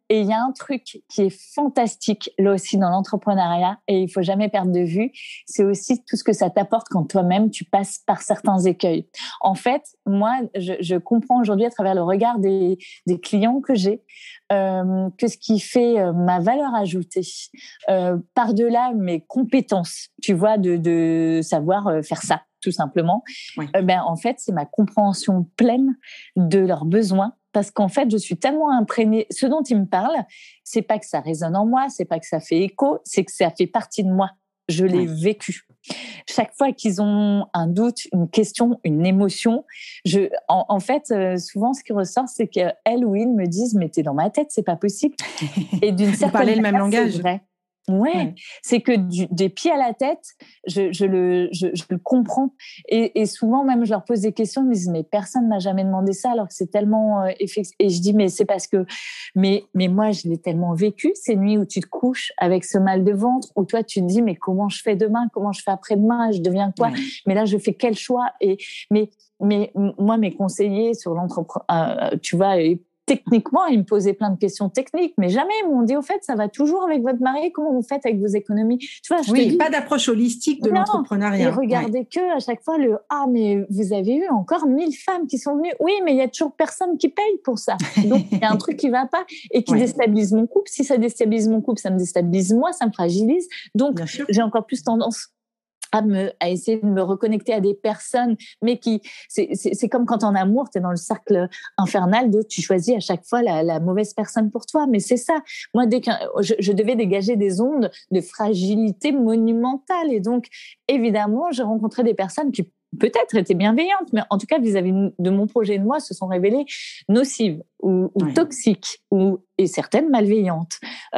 Et il y a un truc qui est fantastique, là aussi, dans l'entrepreneuriat, et il faut jamais perdre de vue, c'est aussi tout ce que ça t'apporte quand toi-même, tu passes par certains écueils. En fait, moi, je, je comprends aujourd'hui à travers le regard des, des clients que j'ai, euh, que ce qui fait euh, ma valeur ajoutée, euh, par-delà mes compétences, tu vois, de, de savoir euh, faire ça, tout simplement, oui. euh, ben, en fait, c'est ma compréhension pleine de leurs besoins. Parce qu'en fait, je suis tellement imprégnée. Ce dont ils me parlent, c'est pas que ça résonne en moi, c'est pas que ça fait écho, c'est que ça fait partie de moi. Je l'ai oui. vécu. Chaque fois qu'ils ont un doute, une question, une émotion, je, en, en fait, euh, souvent, ce qui ressort, c'est qu'elles ou ils me disent, mais t'es dans ma tête, c'est pas possible. Et d'une certaine Vous parlez le même langage. C'est vrai. Ouais, ouais, c'est que du, des pieds à la tête, je, je, le, je, je le comprends. Et, et souvent, même, je leur pose des questions, ils me disent, mais personne m'a jamais demandé ça, alors que c'est tellement euh, effectif. Et je dis, mais c'est parce que, mais, mais moi, je l'ai tellement vécu, ces nuits où tu te couches avec ce mal de ventre, où toi, tu te dis, mais comment je fais demain, comment je fais après-demain, je deviens quoi? Ouais. Mais là, je fais quel choix? Et, mais, mais moi, mes conseillers sur l'entrepreneuriat, euh, tu vois, et techniquement, ils me posaient plein de questions techniques, mais jamais ils m'ont dit, au fait, ça va toujours avec votre mari, comment vous faites avec vos économies? Tu vois, je oui, te dis, pas d'approche holistique de non, l'entrepreneuriat. Et regardez ouais. que à chaque fois, le « Ah, mais vous avez eu encore mille femmes qui sont venues. » Oui, mais il y a toujours personne qui paye pour ça. Donc, il y a un truc qui ne va pas et qui ouais. déstabilise mon couple. Si ça déstabilise mon couple, ça me déstabilise moi, ça me fragilise. Donc, j'ai encore plus tendance à me à essayer de me reconnecter à des personnes, mais qui c'est c'est, c'est comme quand en amour t'es dans le cercle infernal de tu choisis à chaque fois la, la mauvaise personne pour toi, mais c'est ça. Moi, dès que je, je devais dégager des ondes de fragilité monumentale, et donc évidemment j'ai rencontré des personnes qui peut-être étaient bienveillantes, mais en tout cas vis-à-vis de mon projet et de moi se sont révélées nocives ou, ou oui. toxiques ou et certaines malveillantes.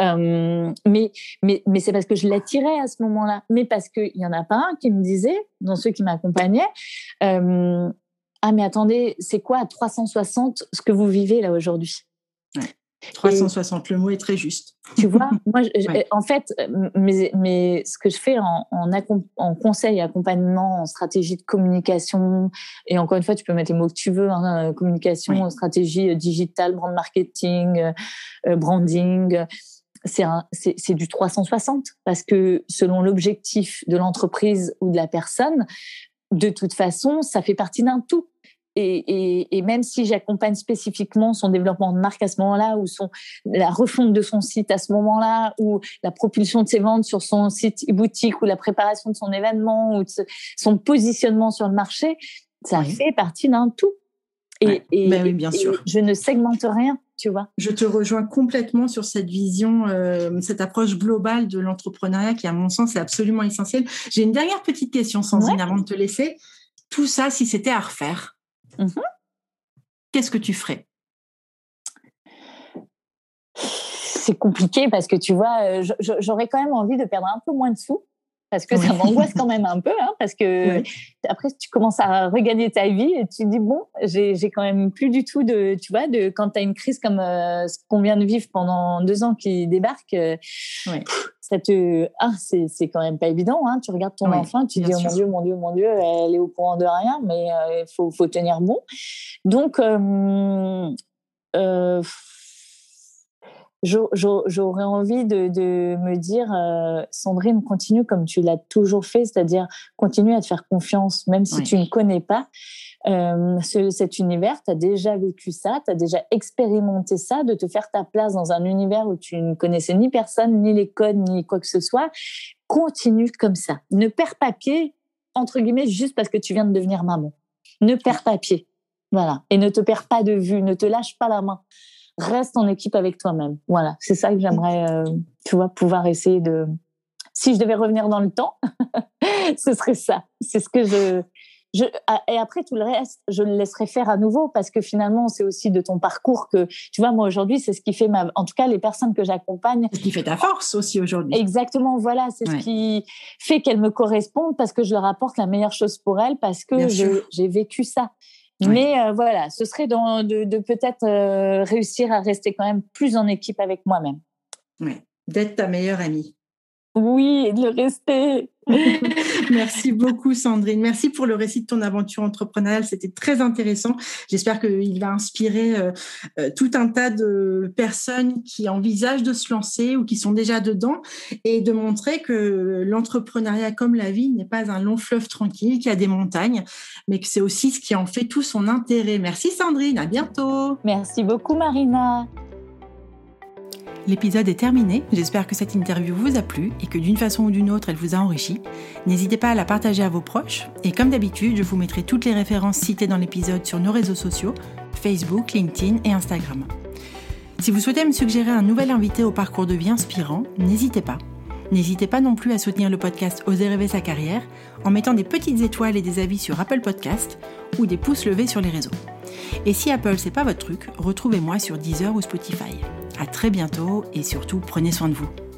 Euh, mais mais mais c'est parce que je l'attirais à ce moment-là, mais parce que il y en a pas un qui me disait dans ceux qui m'accompagnaient euh, ah mais attendez, c'est quoi à trois cent soixante ce que vous vivez là aujourd'hui? Ouais. trois cent soixante, et, le mot est très juste. Tu vois, moi, je, ouais. en fait, mais, mais ce que je fais en, en, en conseil et accompagnement, en stratégie de communication, et encore une fois, tu peux mettre les mots que tu veux, hein, communication, ouais. stratégie digitale, brand marketing, euh, branding, c'est, un, c'est, c'est du trois cent soixante, parce que selon l'objectif de l'entreprise ou de la personne, de toute façon, ça fait partie d'un tout. Et, et, et même si j'accompagne spécifiquement son développement de marque à ce moment-là, ou son, la refonte de son site à ce moment-là, ou la propulsion de ses ventes sur son site e-boutique, ou la préparation de son événement, ou de son positionnement sur le marché, ça oui. fait partie d'un tout. Et, ouais. et, ben oui, bien et sûr. je ne segmente rien, tu vois. Je te rejoins complètement sur cette vision, euh, cette approche globale de l'entrepreneuriat qui, à mon sens, est absolument essentielle. J'ai une dernière petite question, Sandrine, ouais. avant de te laisser. Tout ça, si c'était à refaire, Mmh. qu'est-ce que tu ferais? C'est compliqué parce que tu vois, j'aurais quand même envie de perdre un peu moins de sous parce que oui. ça m'angoisse quand même un peu, hein, parce que oui. après tu commences à regagner ta vie et tu te dis bon, j'ai, j'ai quand même plus du tout de, tu vois, de quand t'as une crise comme euh, ce qu'on vient de vivre pendant deux ans qui débarque. Euh, oui. Ça te, ah, c'est, c'est quand même pas évident, hein. Tu regardes ton oui, enfant, tu dis, oh mon Dieu, mon Dieu, mon Dieu, elle est au courant de rien, mais il euh, faut, faut tenir bon. Donc, euh, euh, j'aurais envie de, de me dire, euh, Sandrine, continue comme tu l'as toujours fait, c'est-à-dire continue à te faire confiance, même si oui. tu ne connais pas. Euh, ce, cet univers, tu as déjà vécu ça, tu as déjà expérimenté ça, de te faire ta place dans un univers où tu ne connaissais ni personne, ni les codes, ni quoi que ce soit. Continue comme ça. Ne perds pas pied, entre guillemets, juste parce que tu viens de devenir maman. Ne perds pas pied. Voilà. Et ne te perds pas de vue, ne te lâche pas la main. Reste en équipe avec toi-même. Voilà. C'est ça que j'aimerais, euh, tu vois, pouvoir essayer de... Si je devais revenir dans le temps, ce serait ça. C'est ce que je... Je, et après, tout le reste, je le laisserai faire à nouveau parce que finalement, c'est aussi de ton parcours que, tu vois, moi aujourd'hui, c'est ce qui fait ma, en tout cas, les personnes que j'accompagne. C'est ce qui fait ta force aussi aujourd'hui. Exactement, voilà, c'est ouais. ce qui fait qu'elles me correspondent parce que je leur apporte la meilleure chose pour elles parce que je, j'ai vécu ça. Ouais. Mais euh, voilà, ce serait dans, de, de peut-être euh, réussir à rester quand même plus en équipe avec moi-même. Oui, d'être ta meilleure amie. Oui, et de le rester. Merci beaucoup, Sandrine. Merci pour le récit de ton aventure entrepreneuriale. C'était très intéressant. J'espère qu'il va inspirer euh, euh, tout un tas de personnes qui envisagent de se lancer ou qui sont déjà dedans et de montrer que l'entrepreneuriat, comme la vie, n'est pas un long fleuve tranquille, qu'il y a des montagnes, mais que c'est aussi ce qui en fait tout son intérêt. Merci, Sandrine. À bientôt. Merci beaucoup, Marina. L'épisode est terminé, j'espère que cette interview vous a plu et que d'une façon ou d'une autre elle vous a enrichi. N'hésitez pas à la partager à vos proches et comme d'habitude je vous mettrai toutes les références citées dans l'épisode sur nos réseaux sociaux, Facebook, LinkedIn et Instagram. Si vous souhaitez me suggérer un nouvel invité au parcours de vie inspirant, n'hésitez pas. N'hésitez pas non plus à soutenir le podcast Oser rêver sa carrière en mettant des petites étoiles et des avis sur Apple Podcast ou des pouces levés sur les réseaux. Et si Apple c'est pas votre truc, retrouvez-moi sur Deezer ou Spotify. À très bientôt et surtout prenez soin de vous.